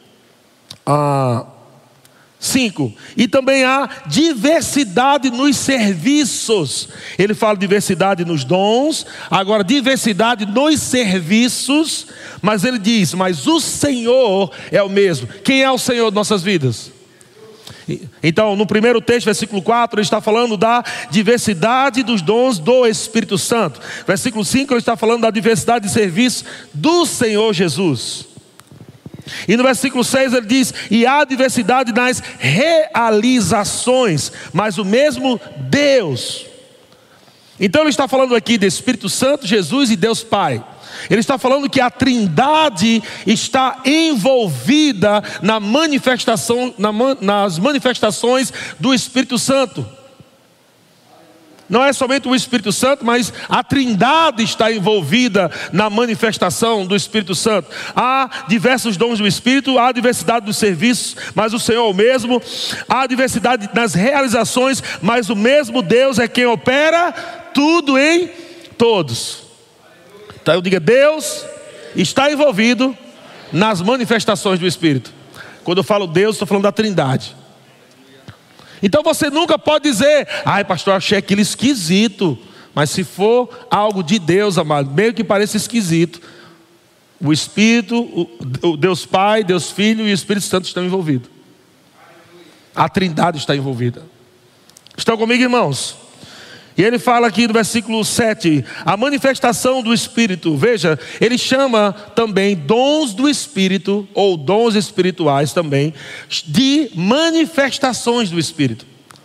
5. E também há diversidade nos serviços. Ele fala diversidade nos dons, agora diversidade nos serviços. Mas ele diz, mas o Senhor é o mesmo. Quem é o Senhor de nossas vidas? Então no primeiro texto, versículo 4, ele está falando da diversidade dos dons do Espírito Santo. Versículo 5, ele está falando da diversidade de serviços do Senhor Jesus. E no versículo 6 ele diz, e há diversidade nas realizações, mas o mesmo Deus. Então ele está falando aqui de Espírito Santo, Jesus e Deus Pai. Ele está falando que a Trindade está envolvida na manifestação, nas manifestações do Espírito Santo. Não é somente o Espírito Santo, mas a Trindade está envolvida na manifestação do Espírito Santo. Há diversos dons do Espírito, há diversidade dos serviços, mas o Senhor é o mesmo. Há diversidade nas realizações, mas o mesmo Deus é quem opera tudo em todos. Então eu digo, Deus está envolvido nas manifestações do Espírito. Quando eu falo Deus, estou falando da Trindade. Então você nunca pode dizer, ai pastor, eu achei aquilo esquisito. Mas se for algo de Deus, amado, meio que parece esquisito, o Espírito, o Deus Pai, Deus Filho e o Espírito Santo estão envolvidos. A Trindade está envolvida. Estão comigo, irmãos? E ele fala aqui no versículo 7, a manifestação do Espírito. Veja, ele chama também dons do Espírito, ou dons espirituais também, de manifestações do Espírito.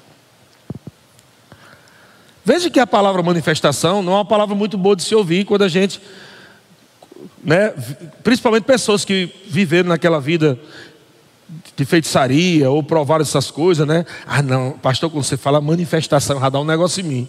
Veja que a palavra manifestação não é uma palavra muito boa de se ouvir quando a gente, né, principalmente pessoas que viveram naquela vida de feitiçaria ou provaram essas coisas, né? Ah não, pastor, quando você fala manifestação, vai dar um negócio em mim.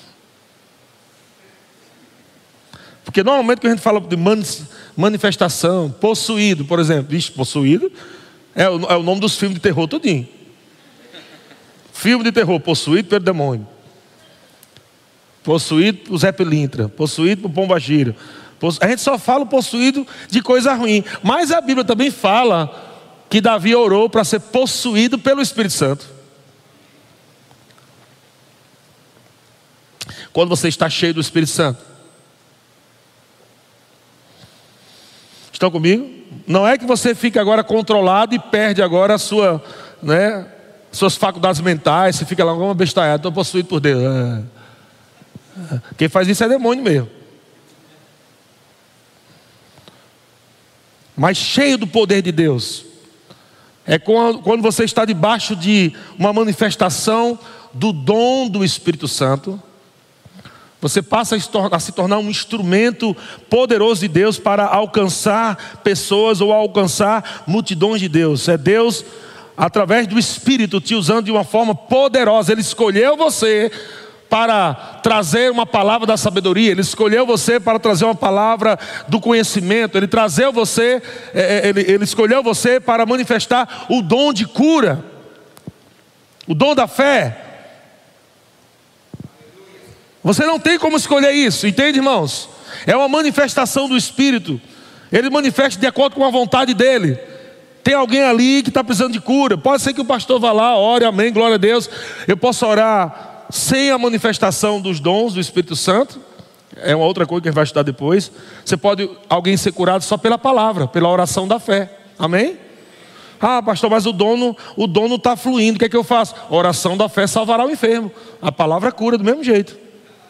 Porque normalmente quando a gente fala de manifestação, possuído, por exemplo, possuído é o nome dos filmes de terror todinho. Filme de terror, possuído pelo demônio, possuído por Zé Pilintra, possuído por Pombagira. A gente só fala possuído de coisa ruim, mas a Bíblia também fala que Davi orou para ser possuído pelo Espírito Santo. Quando você está cheio do Espírito Santo. Estão comigo? Não é que você fica agora controlado e perde agora a sua, né, suas faculdades mentais. Você fica lá como uma bestalhada, estou possuído por Deus. Quem faz isso é demônio mesmo. Mas cheio do poder de Deus. É quando você está debaixo de uma manifestação do dom do Espírito Santo. Você passa a se tornar um instrumento poderoso de Deus para alcançar pessoas ou alcançar multidões de Deus. É Deus, através do Espírito, te usando de uma forma poderosa. Ele escolheu você para trazer uma palavra da sabedoria. Ele escolheu você para trazer uma palavra do conhecimento. Ele escolheu você para manifestar o dom de cura, o dom da fé. Você não tem como escolher isso, entende, irmãos? É uma manifestação do Espírito. Ele manifesta de acordo com a vontade dele. Tem alguém ali que está precisando de cura. Pode ser que o pastor vá lá, ore, amém, glória a Deus. Eu posso orar sem a manifestação dos dons do Espírito Santo. É uma outra coisa que a gente vai estudar depois. Você pode alguém ser curado só pela palavra, pela oração da fé. Amém? Ah, pastor, mas o dom não está fluindo. O que é que eu faço? Oração da fé salvará o enfermo. A palavra cura do mesmo jeito.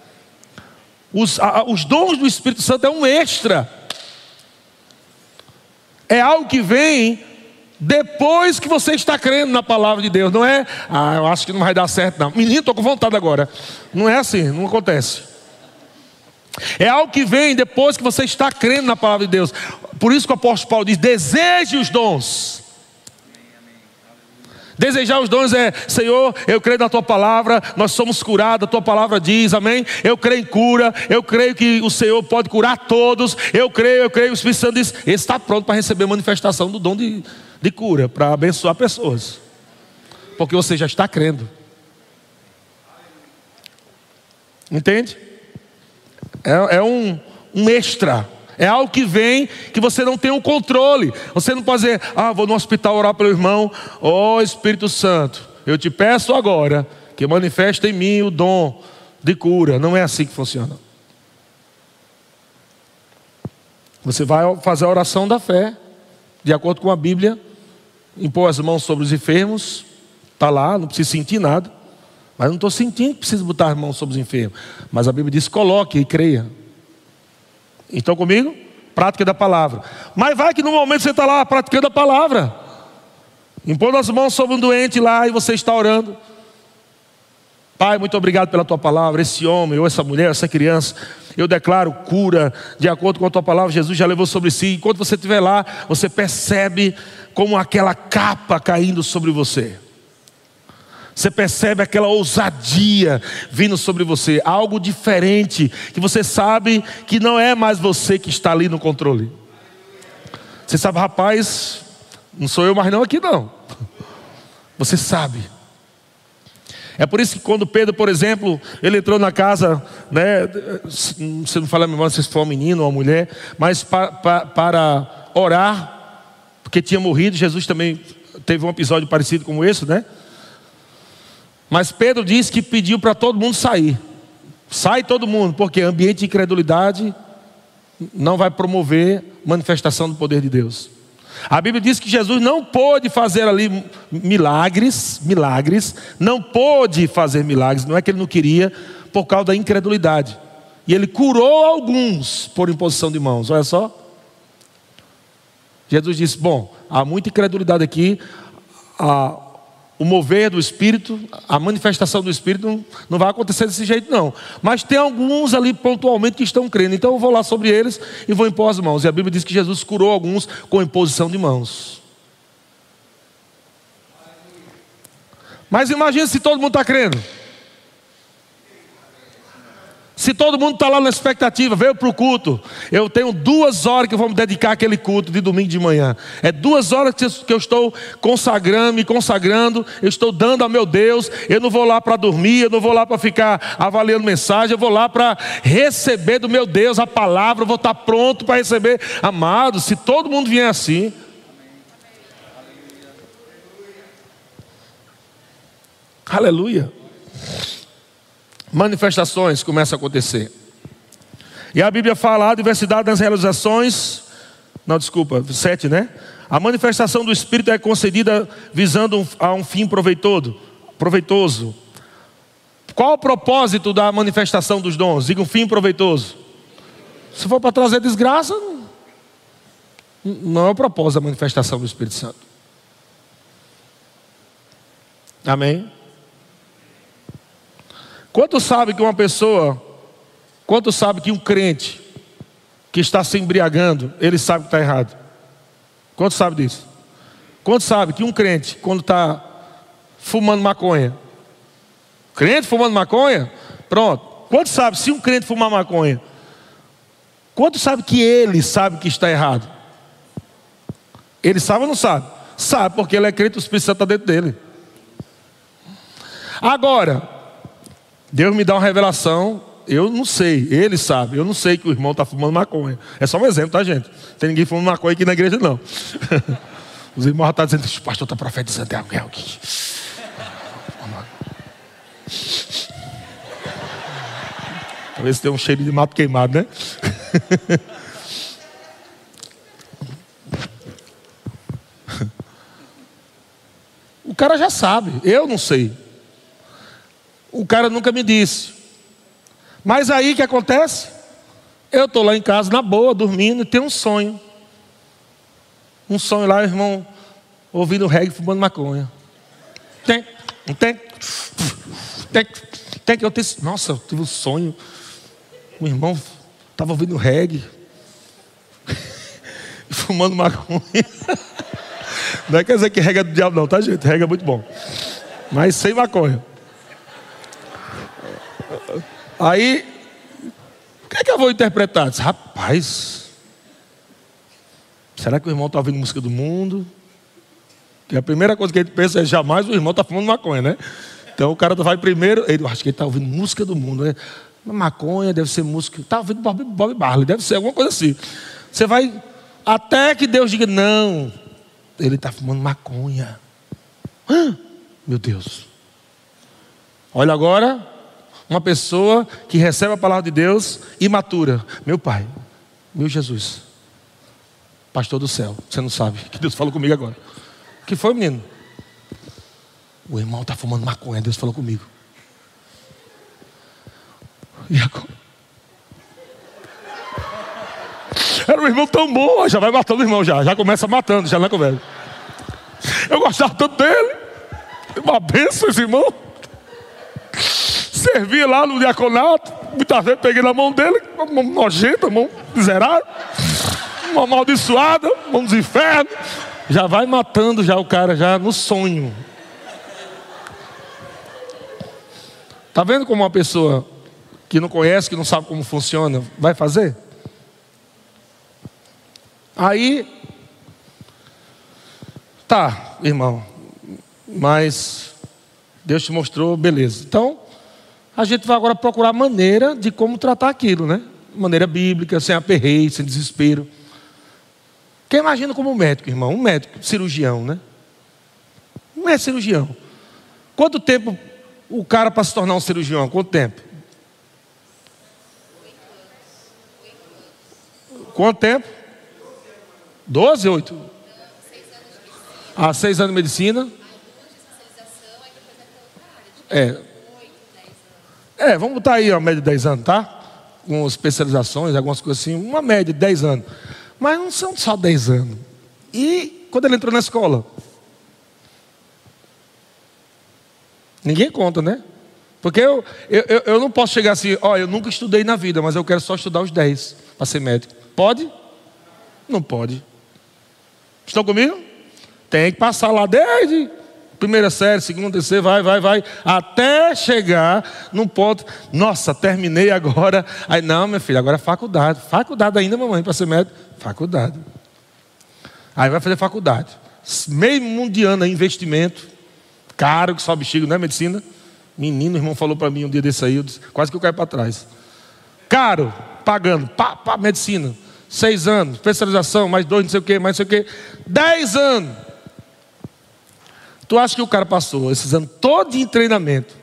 Os dons do Espírito Santo é um extra. É algo que vem depois que você está crendo na palavra de Deus. Não é, eu acho que não vai dar certo não. Menino, estou com vontade agora. Não é assim, não acontece. É algo que vem depois que você está crendo na palavra de Deus. Por isso que o apóstolo Paulo diz, deseje os dons. Desejar os dons é, Senhor, eu creio na tua palavra, nós somos curados, a tua palavra diz, amém? Eu creio em cura, eu creio que o Senhor pode curar todos, eu creio, o Espírito Santo diz, ele está pronto para receber a manifestação do dom de cura, para abençoar pessoas, porque você já está crendo. Entende? É um extra. É algo que vem, que você não tem o controle. Você não pode dizer, vou no hospital orar pelo irmão. Ó Espírito Santo, eu te peço agora que manifeste em mim o dom de cura. Não é assim que funciona. Você vai fazer a oração da fé, de acordo com a Bíblia. Impor as mãos sobre os enfermos. Está lá, não precisa sentir nada. Mas não estou sentindo que preciso botar as mãos sobre os enfermos. Mas a Bíblia diz, coloque e creia. Estão comigo? Prática da palavra. Mas vai que no momento você está lá praticando a palavra, impondo as mãos sobre um doente lá e você está orando. Pai, muito obrigado pela tua palavra. Esse homem, ou essa mulher, essa criança, eu declaro cura de acordo com a tua palavra. Jesus já levou sobre si. Enquanto você estiver lá, você percebe como aquela capa caindo sobre você. Você percebe aquela ousadia vindo sobre você, algo diferente, que você sabe que não é mais você que está ali no controle. Você sabe, rapaz, não sou eu mais não aqui não. Você sabe. É por isso que quando Pedro, por exemplo, ele entrou na casa, né, você não fala a memória se foi um menino ou uma mulher, mas para orar, porque tinha morrido. Jesus também teve um episódio parecido como esse, né? Mas Pedro disse que pediu para todo mundo sair. Sai todo mundo, porque ambiente de incredulidade não vai promover manifestação do poder de Deus. A Bíblia diz que Jesus não pôde fazer ali milagres, não pôde fazer milagres, não é que ele não queria, por causa da incredulidade. E ele curou alguns por imposição de mãos, olha só. Jesus disse, bom, há muita incredulidade aqui, o mover do Espírito, a manifestação do Espírito não vai acontecer desse jeito não. Mas tem alguns ali pontualmente que estão crendo. Então eu vou lá sobre eles e vou impor as mãos. E a Bíblia diz que Jesus curou alguns com imposição de mãos. Mas imagine se todo mundo está crendo. Se todo mundo está lá na expectativa, veio para o culto. Eu tenho 2 horas que eu vou me dedicar àquele culto de domingo de manhã. É 2 horas que eu estou me consagrando. Eu estou dando ao meu Deus. Eu não vou lá para dormir, eu não vou lá para ficar avaliando mensagem. Eu vou lá para receber do meu Deus a palavra. Eu vou estar pronto para receber. Amado, se todo mundo vier assim, aleluia, manifestações começam a acontecer. E a Bíblia fala a diversidade das realizações. 7, né? A manifestação do Espírito é concedida visando a um fim proveitoso. Qual o propósito da manifestação dos dons? Diga, um fim proveitoso. Se for para trazer desgraça, não é o propósito da manifestação do Espírito Santo. Amém? Quanto sabe que um crente que está se embriagando, ele sabe que está errado? Quanto sabe disso? Quanto sabe que um crente, quando está fumando maconha, crente fumando maconha, pronto. Quanto sabe se um crente fumar maconha? Quanto sabe que ele sabe que está errado? Ele sabe ou não sabe? Sabe, porque ele é crente, o Espírito Santo está dentro dele. Agora, Deus me dá uma revelação, eu não sei, ele sabe, eu não sei que o irmão está fumando maconha. É só um exemplo, tá, gente? Não tem ninguém fumando maconha aqui na igreja, não. Os irmãos já estão dizendo, o pastor está profetizando alguém aqui. Talvez tenha um cheiro de mato queimado, né? O cara já sabe, eu não sei. O cara nunca me disse. Mas aí o que acontece? Eu estou lá em casa, na boa, dormindo, e tenho um sonho. Um sonho lá, o irmão ouvindo reggae, fumando maconha. Tem. Eu tenho... Nossa, eu tive um sonho. O irmão estava ouvindo reggae, fumando maconha. Não é quer dizer que reggae é do diabo não, tá, gente? Reggae é muito bom. Mas sem maconha. Aí, o que é que eu vou interpretar? Disse, rapaz, será que o irmão está ouvindo música do mundo? Que a primeira coisa que a gente pensa é, jamais o irmão está fumando maconha, né? Então o cara vai primeiro, eu acho que ele está ouvindo música do mundo, né? Maconha deve ser música, está ouvindo Bob Marley, deve ser alguma coisa assim. Você vai, até que Deus diga, não, ele está fumando maconha. Meu Deus. Olha agora, uma pessoa que recebe a palavra de Deus imatura. Meu pai, meu Jesus, pastor do céu, você não sabe que Deus falou comigo agora. O que foi, menino? O irmão está fumando maconha, Deus falou comigo. E agora? Era um irmão tão bom, já vai matando o irmão, já começa matando, já na conversa. Eu gostava tanto dele, uma bênção esse irmão. Servia lá no diaconato, muitas vezes peguei na mão dele, uma mão nojenta, mão miserável, uma amaldiçoada, mão dos infernos. Já vai matando já o cara, já no sonho. Está vendo como uma pessoa que não conhece, que não sabe como funciona, vai fazer? Aí, tá, irmão, mas Deus te mostrou, beleza. Então, a gente vai agora procurar maneira de como tratar aquilo, né? Maneira bíblica, sem aperreio, sem desespero. Quem imagina como um médico, irmão? Um médico, cirurgião, né? Não é cirurgião. Quanto tempo o cara para se tornar um cirurgião? Quanto tempo? Quanto tempo? 12, 8? 6 anos de medicina. Vamos botar aí uma média de 10 anos, tá? Com especializações, algumas coisas assim. Uma média de 10 anos. Mas não são só 10 anos. E quando ele entrou na escola? Ninguém conta, né? Porque eu não posso chegar assim, eu nunca estudei na vida, mas eu quero só estudar os 10 para ser médico. Pode? Não pode. Estão comigo? Tem que passar lá desde primeira série, segunda, terceira, vai, até chegar num ponto, nossa, terminei agora. Aí, não, minha filha, agora é faculdade. Faculdade ainda, mamãe, para ser médico? Faculdade. Aí vai fazer faculdade. Meio mundo de ano aí, investimento. Caro, que só bexiga, não é medicina? Menino, o irmão falou para mim um dia desse aí, eu disse, quase que eu caio para trás. Caro, pagando, medicina. 6 anos, especialização, mais 2, não sei o que, mais não sei o que. 10 anos. Tu acha que o cara passou esses anos todo em treinamento?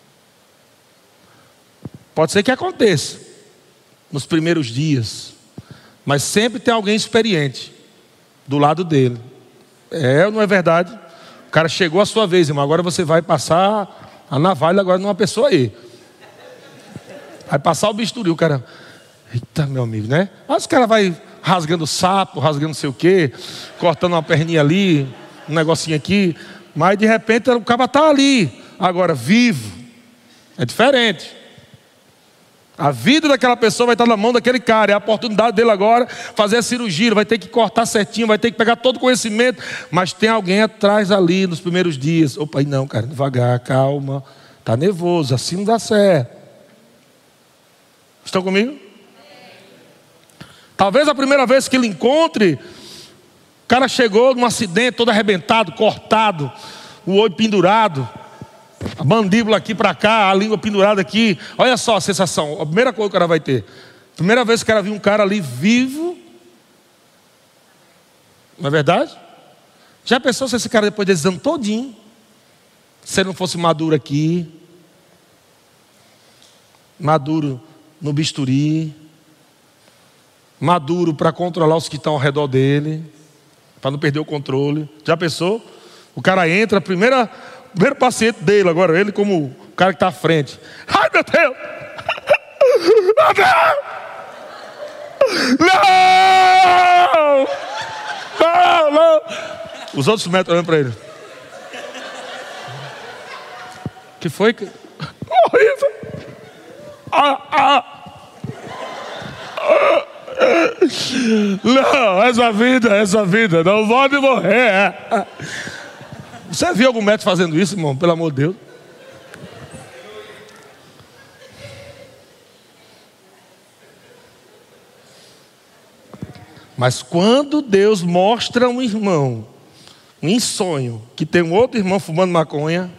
Pode ser que aconteça nos primeiros dias, mas sempre tem alguém experiente do lado dele. Ou não é verdade? O cara chegou a sua vez, irmão. Agora você vai passar a navalha agora numa pessoa aí. Vai passar o bisturi, o cara... Eita, meu amigo, né? Mas o cara vai rasgando sapo, rasgando não sei o quê, cortando uma perninha ali, um negocinho aqui, mas de repente o cara está ali, agora vivo. É diferente. A vida daquela pessoa vai estar na mão daquele cara, é a oportunidade dele agora fazer a cirurgia, vai ter que cortar certinho, vai ter que pegar todo o conhecimento, mas tem alguém atrás ali nos primeiros dias. Opa, não, cara, devagar, calma, está nervoso, assim não dá certo. Estão comigo? Talvez a primeira vez que ele encontre, o cara chegou num acidente todo arrebentado, cortado, o olho pendurado, a mandíbula aqui para cá, a língua pendurada aqui. Olha só a sensação, a primeira coisa que o cara vai ter. Primeira vez que o cara viu um cara ali vivo. Não é verdade? Já pensou se esse cara depois desse ano todinho, se ele não fosse maduro aqui, maduro no bisturi, maduro para controlar os que estão ao redor dele, para não perder o controle. Já pensou? O cara entra, primeiro paciente dele agora, ele como o cara que está à frente. Ai, meu Deus! Meu Deus! Não! Os outros metros olhando para ele. Que foi? Horrível! Não, essa vida, não pode morrer. Você viu algum médico fazendo isso, irmão? Pelo amor de Deus. Mas quando Deus mostra um irmão, em sonho, que tem um outro irmão fumando maconha,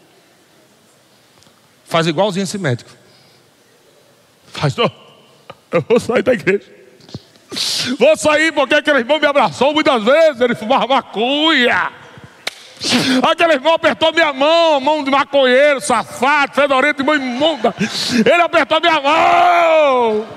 faz igualzinho esse médico. Faz, não, eu vou sair da igreja. Vou sair porque aquele irmão me abraçou muitas vezes, ele fumava maconha. Aquele irmão apertou minha mão de maconheiro, safado, fedorento, mão imunda. Ele apertou minha mão.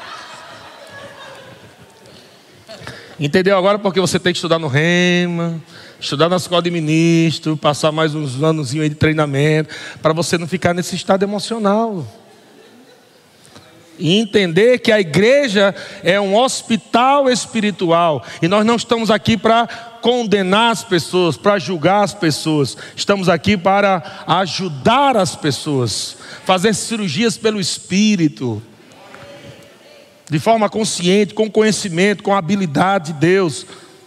Entendeu agora porque você tem que estudar no Rema, estudar na escola de ministro, passar mais uns anozinhos aí de treinamento, para você não ficar nesse estado emocional. E entender que a igreja é um hospital espiritual. E nós não estamos aqui para condenar as pessoas, para julgar as pessoas. Estamos aqui para ajudar as pessoas. Fazer cirurgias pelo Espírito. De forma consciente, com conhecimento, com habilidade de Deus.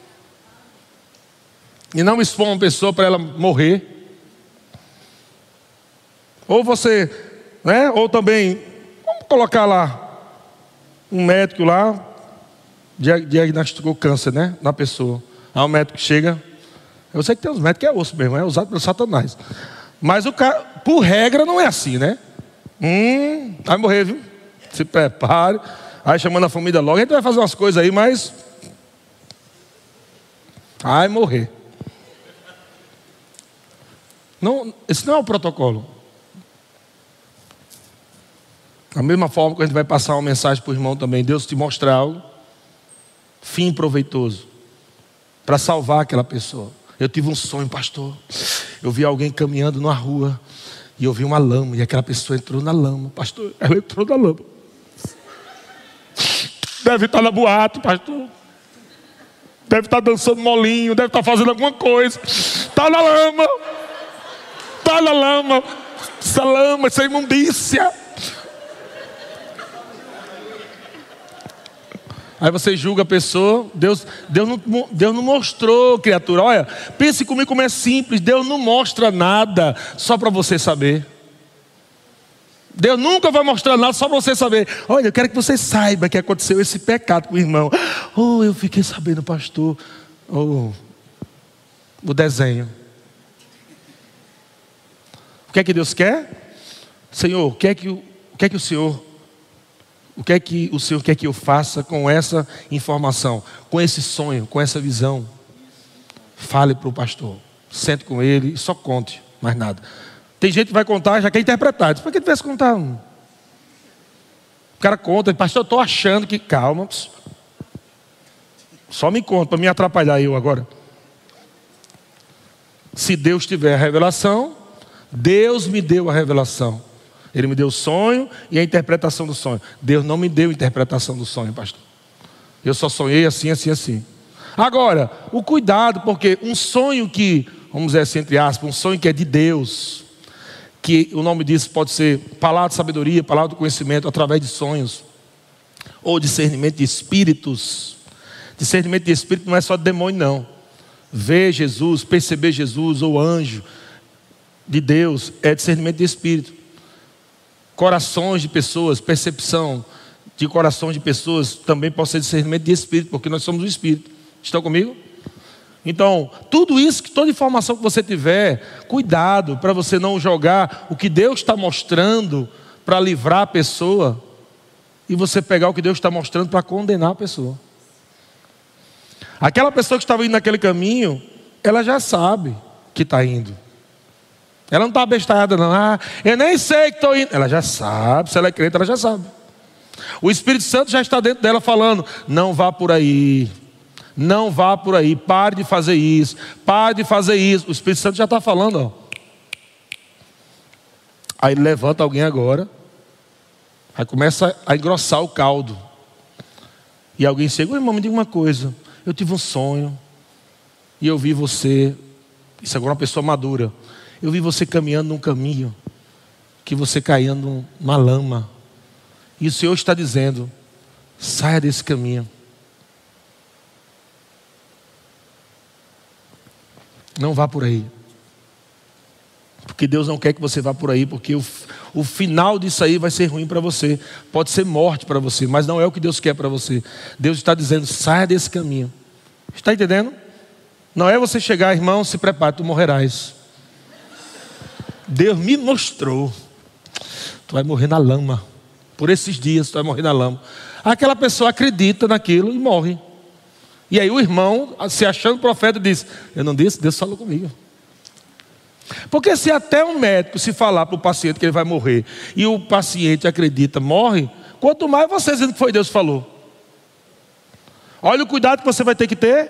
E não expor uma pessoa para ela morrer. Ou você né? Ou também, vamos colocar lá, um médico lá, diagnosticou câncer, né? Na pessoa. Aí o médico chega, eu sei que tem uns médicos que é osso mesmo, é usado pelo Satanás. Mas o cara, por regra, não é assim, né? Vai morrer, viu? Se prepare. Aí chamando a família logo, a gente vai fazer umas coisas aí, mas vai morrer. Não, esse não é o protocolo. Da mesma forma que a gente vai passar uma mensagem para o irmão também, Deus te mostra algo, fim proveitoso, para salvar aquela pessoa. Eu tive um sonho, pastor. Eu vi alguém caminhando na rua e eu vi uma lama e aquela pessoa entrou na lama. Pastor, ela entrou na lama. Deve estar na boate, pastor. Deve estar dançando molinho, deve estar fazendo alguma coisa. Está na lama. Está na lama. Essa lama, essa imundícia. Aí você julga a pessoa. Deus não mostrou, criatura. Olha, pense comigo como é simples. Deus não mostra nada só para você saber. Deus nunca vai mostrar nada só para você saber. Olha, eu quero que você saiba que aconteceu esse pecado com o irmão. Oh, eu fiquei sabendo, pastor. Oh, o desenho. O que é que Deus quer? Senhor, o que é que o Senhor quer que eu faça com essa informação, com esse sonho, com essa visão? Fale para o pastor. Sente com ele e só conte, mais nada. Tem gente que vai contar, já quer interpretar. Por que tivesse contar? O cara conta, pastor, eu estou achando que... Calma. Só me conta, para me atrapalhar eu agora. Se Deus tiver a revelação, Deus me deu a revelação. Ele me deu o sonho e a interpretação do sonho. Deus não me deu a interpretação do sonho, pastor. Eu só sonhei assim, assim, assim. Agora, o cuidado, porque um sonho que, vamos dizer assim, entre aspas, um sonho que é de Deus, que o nome disso pode ser palavra de sabedoria, palavra do conhecimento, através de sonhos, ou discernimento de espíritos. Discernimento de espírito não é só de demônio, não. Ver Jesus, perceber Jesus, ou anjo de Deus, é discernimento de espírito. Corações de pessoas, percepção de corações de pessoas, também pode ser discernimento de espírito, porque nós somos o espírito. Estão comigo? Então, tudo isso, toda informação que você tiver, cuidado para você não jogar o que Deus está mostrando para livrar a pessoa e você pegar o que Deus está mostrando para condenar a pessoa. Aquela pessoa que estava indo naquele caminho, ela já sabe que está indo. Ela não está abestalhada não. Eu nem sei que estou indo. Ela já sabe, se ela é crente, ela já sabe. O Espírito Santo já está dentro dela falando, não vá por aí. Não vá por aí, pare de fazer isso, pare de fazer isso. O Espírito Santo já está falando, ó. Aí ele levanta alguém agora, aí começa a engrossar o caldo. E alguém chega, irmão, me diga uma coisa. Eu tive um sonho e eu vi você, isso agora é uma pessoa madura. Eu vi você caminhando num caminho que você caía numa lama. E o Senhor está dizendo, saia desse caminho. Não vá por aí. Porque Deus não quer que você vá por aí, porque o final disso aí vai ser ruim para você. Pode ser morte para você, mas não é o que Deus quer para você. Deus está dizendo, saia desse caminho. Está entendendo? Não é você chegar, irmão, se prepare, tu morrerás. Deus me mostrou. Tu vai morrer na lama. Por esses dias tu vai morrer na lama. Aquela pessoa acredita naquilo e morre. E aí o irmão, se achando profeta, diz, eu não disse, Deus falou comigo. Porque se até um médico se falar para o paciente que ele vai morrer e o paciente acredita, morre, quanto mais você dizendo que foi Deus que falou. Olha o cuidado que você vai ter que ter.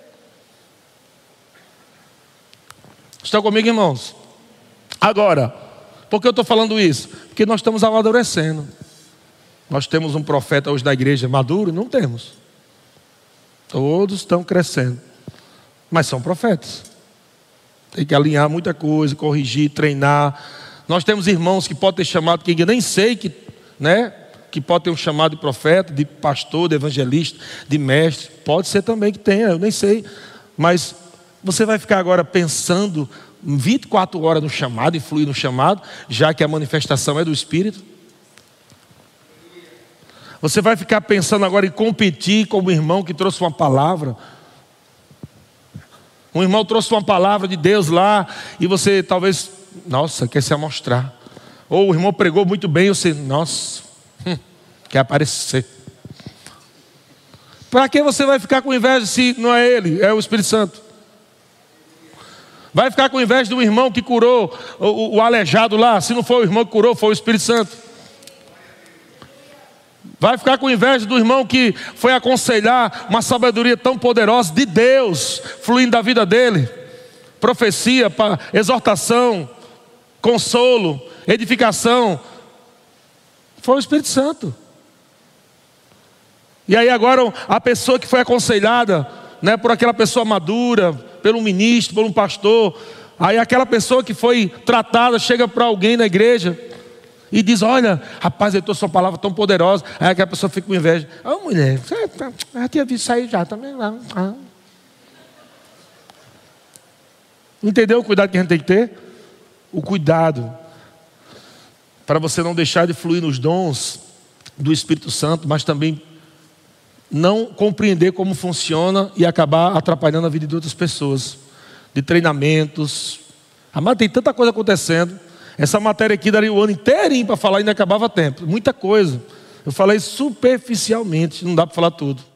Estão comigo, irmãos? Agora, por que eu estou falando isso? Porque nós estamos amadurecendo. Nós temos um profeta hoje da igreja maduro? Não temos. Todos estão crescendo, mas são profetas. Tem que alinhar muita coisa, corrigir, treinar. Nós temos irmãos que podem ter chamado, que eu nem sei, que pode ter um chamado de profeta, de pastor, de evangelista, de mestre. Pode ser também que tenha, eu nem sei. Mas você vai ficar agora pensando 24 horas no chamado e fluir no chamado, já que a manifestação é do Espírito? Você vai ficar pensando agora em competir com o irmão que trouxe uma palavra? Um irmão trouxe uma palavra de Deus lá e você talvez, nossa, quer se amostrar. Ou o irmão pregou muito bem e você, nossa, quer aparecer. Para que você vai ficar com inveja se não é ele, é o Espírito Santo? Vai ficar com inveja do irmão que curou o aleijado lá, se não foi o irmão que curou, foi o Espírito Santo. Vai ficar com inveja do irmão que foi aconselhar uma sabedoria tão poderosa de Deus, fluindo da vida dele. Profecia, exortação, consolo, edificação. Foi o Espírito Santo. E aí agora a pessoa que foi aconselhada, né, por aquela pessoa madura, pelo ministro, por um pastor. Aí aquela pessoa que foi tratada chega para alguém na igreja e diz, olha, rapaz, eu trouxe uma palavra tão poderosa. Aí aquela pessoa fica com inveja. Ah, mulher, você já tinha visto sair já também lá. Entendeu o cuidado que a gente tem que ter? O cuidado para você não deixar de fluir nos dons do Espírito Santo, mas também não compreender como funciona e acabar atrapalhando a vida de outras pessoas. De treinamentos. Amado, tem tanta coisa acontecendo. Essa matéria aqui daria o ano inteirinho para falar e ainda acabava tempo. Muita coisa. Eu falei superficialmente, não dá para falar tudo.